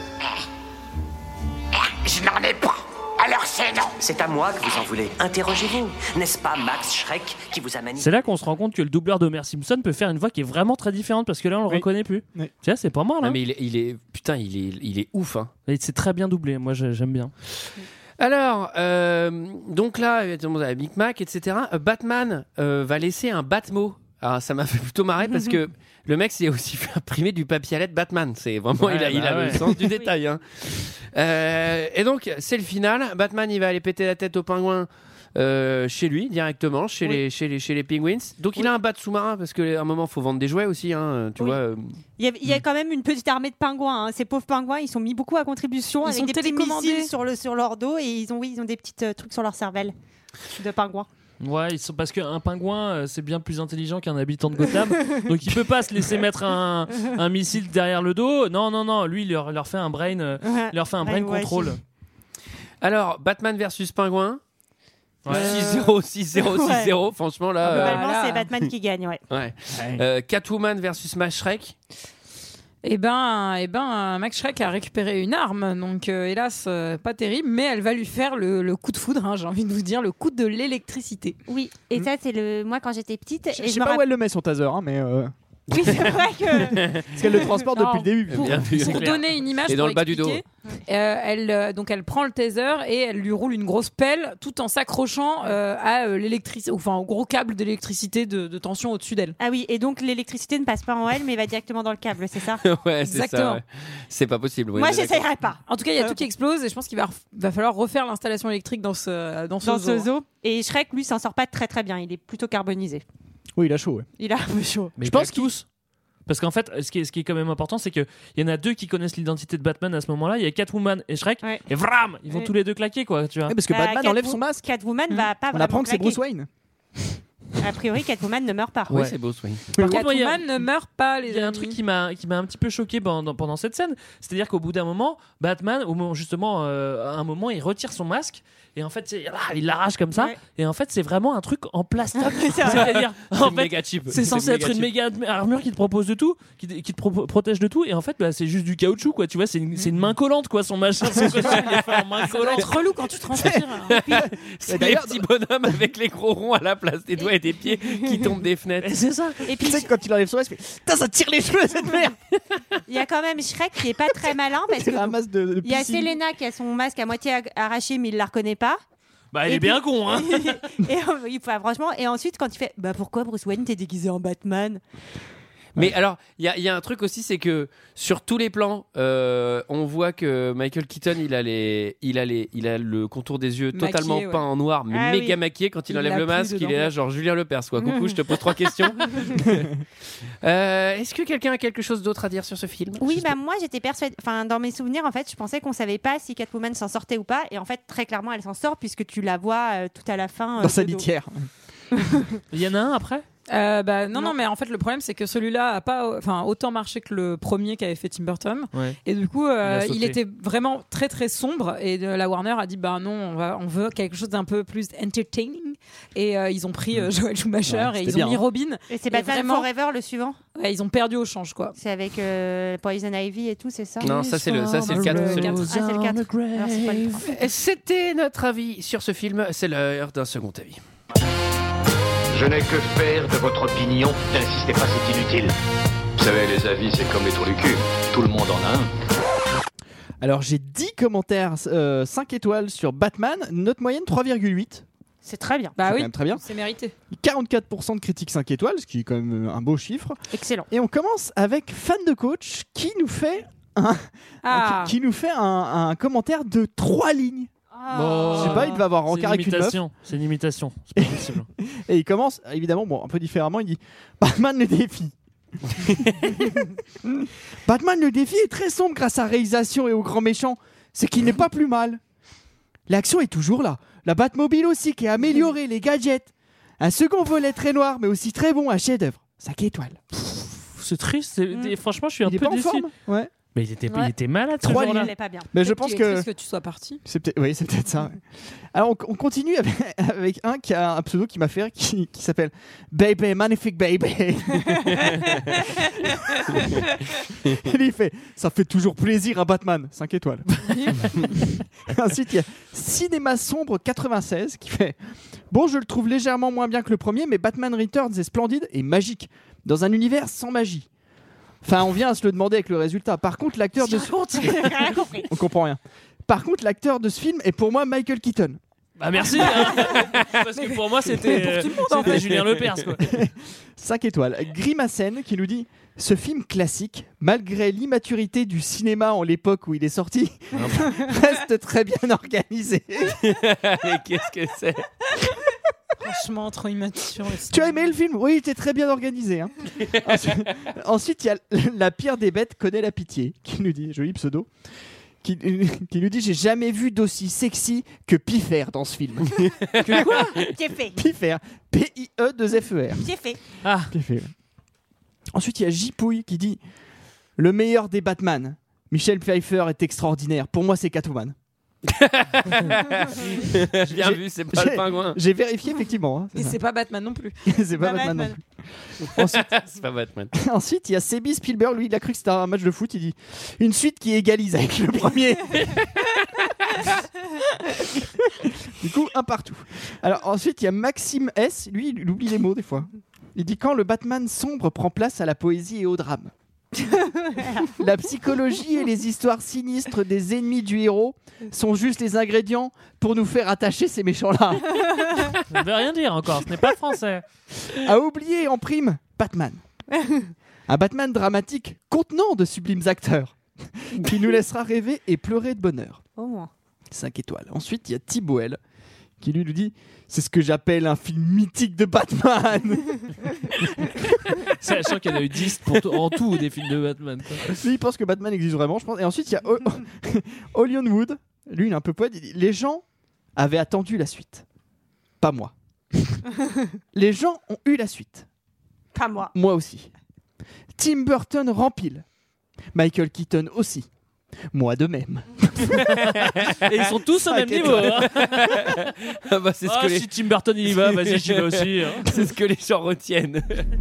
Je n'en ai pas. Alors c'est non. C'est à moi que vous en voulez. Interrogez-vous. N'est-ce pas Max Schreck qui vous a manipulé? C'est là qu'on se rend compte que le doubleur d'Homer Simpson peut faire une voix qui est vraiment très différente parce que là on le reconnaît plus. Oui. Tu vois, c'est pas mal. Hein. Mais il est ouf. Hein. Et c'est très bien doublé. Moi, j'aime bien. Alors, donc là, avec Big Mac, etc. Batman va laisser un Batmo. Alors, ça m'a fait plutôt marrer parce que le mec s'est aussi fait imprimer du papier à lettres Batman. C'est vraiment, il a le sens du détail. Hein. Et donc, c'est le final. Batman, il va aller péter la tête au pingouin chez lui directement, chez les Penguins. Donc, il a un bat sous-marin parce qu'à un moment, il faut vendre des jouets aussi. Hein, tu vois. Il y a quand même une petite armée de pingouins. Hein. Ces pauvres pingouins, ils sont mis beaucoup à contribution Ils avec sont des petits télécommandés missiles sur leur dos et ils ont des petits trucs sur leur cervelle de pingouins. Ouais, parce qu'un pingouin, c'est bien plus intelligent qu'un habitant de Gotham. Donc il peut pas se laisser mettre un missile derrière le dos. Non. Lui, il leur fait un brain, brain control. Alors, Batman versus Pingouin. Ouais. 6-0, 6-0, 6-0. Franchement, là. Globalement, c'est Batman qui gagne. Ouais. Catwoman versus Mashrek. Eh ben, Max Schreck a récupéré une arme, donc hélas, pas terrible, mais elle va lui faire le coup de foudre, hein, j'ai envie de vous dire, le coup de l'électricité. Oui, et ça, c'est moi quand j'étais petite. Je sais pas où elle le met son taser, hein, mais. Oui, c'est vrai que. Parce qu'elle le transporte depuis le début. Pour donner une image, et dans pour le bas du dos. Elle prend le taser et elle lui roule une grosse pelle tout en s'accrochant à l'électricité, enfin au gros câble d'électricité de tension au-dessus d'elle. Ah oui, et donc l'électricité ne passe pas en elle, mais va directement dans le câble, c'est ça? Ouais, c'est Exactement. ça. Ouais. C'est pas possible. Oui, Moi, j'essayerais pas. En tout cas, il y a tout qui explose et je pense qu'il va falloir refaire l'installation électrique dans ce zoo. Et Shrek, lui, s'en sort pas très très bien. Il est plutôt carbonisé. Oui, il a chaud. Ouais. Il a un peu chaud. Mais je pense tous. Parce qu'en fait, ce qui est quand même important, c'est qu'il y en a deux qui connaissent l'identité de Batman à ce moment-là. Il y a Catwoman et Shrek. Ouais. Et vram, ils vont tous les deux claquer, quoi. Tu vois. Parce que Batman enlève son masque. Catwoman va pas On vraiment apprend que c'est claquer. Bruce Wayne. A priori, Catwoman ne meurt pas. Ouais, c'est beau, oui. Par contre, moi, Catwoman ne meurt pas, les Il y a un amis. truc qui m'a un petit peu choqué pendant cette scène, c'est-à-dire qu'au bout d'un moment, Batman, au moment justement, à un moment, il retire son masque et en fait, il l'arrache comme ça. Et en fait, c'est vraiment un truc en plastoc. C'est-à-dire, en fait, méga cheap. c'est censé être une méga armure qui te propose de tout, qui te protège de tout. Et en fait, bah, c'est juste du caoutchouc, quoi. Tu vois, c'est une main collante, quoi, son machin. Son costume, il est fait en main Ça doit collante. être relou quand tu transpires. C'est des petits bonhommes avec les gros ronds à la place des doigts et des pieds qui tombent des fenêtres. C'est ça. Et puis, Tu sais que quand il enlève son masque, il fait putain, ça tire les cheveux cette merde. il y a quand même Shrek qui est pas très malin parce C'est un que masque de il y a piscine. Selena qui a son masque à moitié arraché mais il la reconnaît pas. Bah, il Et est bien puis- con, hein. Franchement, et ensuite quand il fait bah pourquoi Bruce Wayne t'es déguisé en Batman? Mais alors, il y a un truc aussi, c'est que sur tous les plans, on voit que Michael Keaton, il a le contour des yeux Maquillé, totalement ouais. peint en noir, mais Ah méga oui. maquillé. Quand il Il enlève l'a le plus masque, il dedans. est là, genre Julien Lepers, quoi. Coucou, je te pose 3 questions. Est-ce que quelqu'un a quelque chose d'autre à dire sur ce film? Oui, bah moi j'étais persuadée, enfin dans mes souvenirs en fait, je pensais qu'on savait pas si Catwoman s'en sortait ou pas, et en fait très clairement elle s'en sort puisque tu la vois tout à la fin Dans sa de dos. litière. Il y en a un après. Non, mais en fait, le problème, c'est que celui-là a pas autant marché que le premier qu'avait fait Tim Burton. Ouais. Et du coup, a sauté. il était vraiment très très sombre. Et la Warner a dit bah non, on veut quelque chose d'un peu plus entertaining. Et ils ont pris Joel Schumacher Ouais, et c'était ils bien, ont mis hein. Robin. Et c'est Batman vraiment- Forever le suivant. Ouais, ils ont perdu au change, quoi. C'est avec Poison Ivy et tout, c'est ça? Non, ça c'est le 4. Ah, c'est le 4. Alors, c'est pas le 3. C'était notre avis sur ce film. C'est l'heure d'un second avis. Je n'ai que faire de votre opinion. N'insistez pas, c'est inutile. Vous savez, les avis, c'est comme les trous du cul. Tout le monde en a un. Alors j'ai 10 commentaires 5 étoiles sur Batman, note moyenne 3,8. C'est très bien. Bah C'est oui, quand même très bien. c'est mérité. 44% de critiques 5 étoiles, ce qui est quand même un beau chiffre. Excellent. Et on commence avec Fan de Coach qui nous fait qui nous fait un commentaire de 3 lignes. Bon, Je sais pas, il devait avoir c'est rencard une avec une meuf. imitation. C'est une imitation. C'est pas possible. Et il commence, évidemment, bon, un peu différemment, il dit Batman le défi. Batman le défi est très sombre grâce à la réalisation et au grand méchant. C'est qu'il n'est pas plus mal. L'action est toujours là. La Batmobile aussi qui est améliorée, les gadgets. Un second volet très noir, mais aussi très bon, un chef-d'œuvre. 5 étoiles. C'est triste. Franchement, je suis un Il est peu pas en déçu. forme. Ouais. Mais il était malade ce 3 jour-là. lignes. Elle est pas bien. Mais je Peut-être pense qu'il est que triste que tu sois parti. c'est peut-être ça. Ouais. Alors on continue avec un qui a un pseudo qui m'a fait rire, qui s'appelle Baby Magnifique Baby. Il fait ça fait toujours plaisir à Batman, 5 étoiles. Ensuite il y a Cinéma Sombre 96 qui fait bon, je le trouve légèrement moins bien que le premier, mais Batman Returns est splendide et magique dans un univers sans magie. Enfin, on vient à se le demander avec le résultat. Par contre, l'acteur de Rien compris. on comprend rien. Par contre, l'acteur de ce film est pour moi Michael Keaton. Bah merci. Hein. Parce que pour moi, c'était Julien Lepers, quoi. 5 étoiles. Grimacen qui nous dit ce film classique, malgré l'immaturité du cinéma en l'époque où il est sorti, reste très bien organisé. Mais qu'est-ce que c'est? Franchement, trop immature. Tu as aimé le film? Oui, il était très bien organisé. Hein. Ensuite, il y a La pire des bêtes connaît la pitié, qui nous dit, joli pseudo, qui nous dit j'ai jamais vu d'aussi sexy que Piffer dans ce film. Que quoi? J'ai fait. Piffer, P-I-E-2-F-E-R. J'ai fait. Ah. Piffer. Ensuite, il y a J-Pouille qui dit le meilleur des Batman. Michel Pfeiffer est extraordinaire. Pour moi, c'est Catwoman. Bien vu, c'est pas le pingouin. J'ai vérifié effectivement. Hein, Et c'est pas Batman non plus. c'est pas Batman non plus. Ensuite, C'est pas Batman. ensuite, il y a Sebi Spielberg. Lui, il a cru que c'était un match de foot. Il dit une suite qui égalise avec le premier. Du coup, un partout. Alors ensuite, il y a Maxime S. Lui, il oublie les mots des fois. Il dit quand le Batman sombre prend place à la poésie et au drame. La psychologie et les histoires sinistres des ennemis du héros sont juste les ingrédients pour nous faire attacher ces méchants-là. Ça ne veut rien dire encore. Ce n'est pas français. À oublier en prime, Batman. Un Batman dramatique contenant de sublimes acteurs qui nous laissera rêver et pleurer de bonheur. Au moins. 5 étoiles. Ensuite, il y a Thibaut L qui lui nous dit c'est ce que j'appelle un film mythique de Batman. Sachant qu'il y en a eu 10 en tout des films de Batman. Quoi. Lui, il pense que Batman existe vraiment, je pense. Et ensuite, il y a Olion Wood. Lui, il est un peu poète. Il dit les gens avaient attendu la suite. Pas moi. Les gens ont eu la suite. Pas moi. Moi aussi. Tim Burton rempile. Michael Keaton aussi. Moi de même. Et ils sont tous au même niveau. Hein. Ah bah, c'est ce que si Tim Burton il y va, vas-y, j'y vais aussi. Hein. C'est ce que les gens retiennent.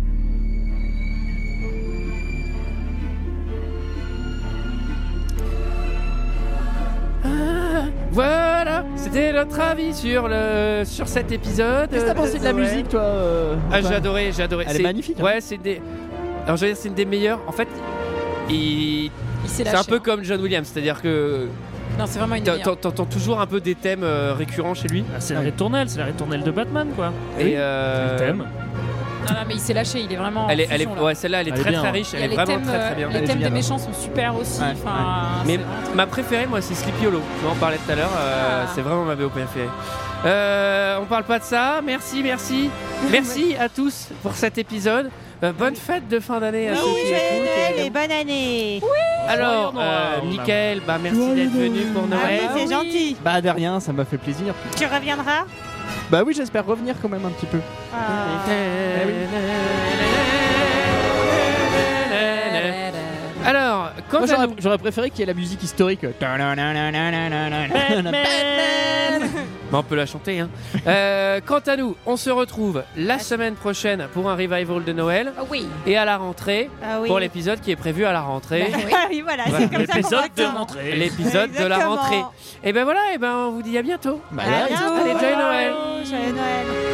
Voilà, c'était notre avis sur cet épisode. Qu'est-ce que t'as pensé de la musique, toi J'ai adoré. Elle est magnifique. Hein. Ouais, c'est des. Alors, je veux dire, c'est une des meilleures. En fait, c'est un peu comme John Williams, c'est-à-dire que. Non, c'est vraiment une des meilleures. T'entends toujours un peu des thèmes récurrents chez lui. Ah, c'est la ritournelle de Batman, quoi. Et le thème. Non, mais il s'est lâché, il est vraiment. Celle-là, elle est très bien, très riche, elle est les vraiment thèmes, très bien. Les thèmes des méchants sont super aussi. Mais ma préférée, moi, c'est Sleepy Hollow. Tu vois, on parlait tout à l'heure, c'est vraiment ma BO préférée. On parle pas de ça. Merci à tous pour cet épisode. Bonne fête de fin d'année à ceux qui écoutent. Noël et bonne année. Alors, Mickaël, merci d'être venu pour Noël. Ah oui, c'est gentil. Bah de rien, ça m'a fait plaisir. Tu reviendras? Bah oui, j'espère revenir quand même un petit peu. Alors, moi, j'aurais préféré qu'il y ait la musique historique. Mais on peut la chanter. Hein. Quant à nous, on se retrouve la semaine prochaine pour un revival de Noël. Oui. Et à la rentrée pour l'épisode qui est prévu à la rentrée. Ah oui, voilà, c'est comme ça. L'épisode de rentrée. L'épisode de la rentrée. Et ben voilà, on vous dit à bientôt. Bah, À bientôt. Allez, joyeux Noël. Joyeux Noël.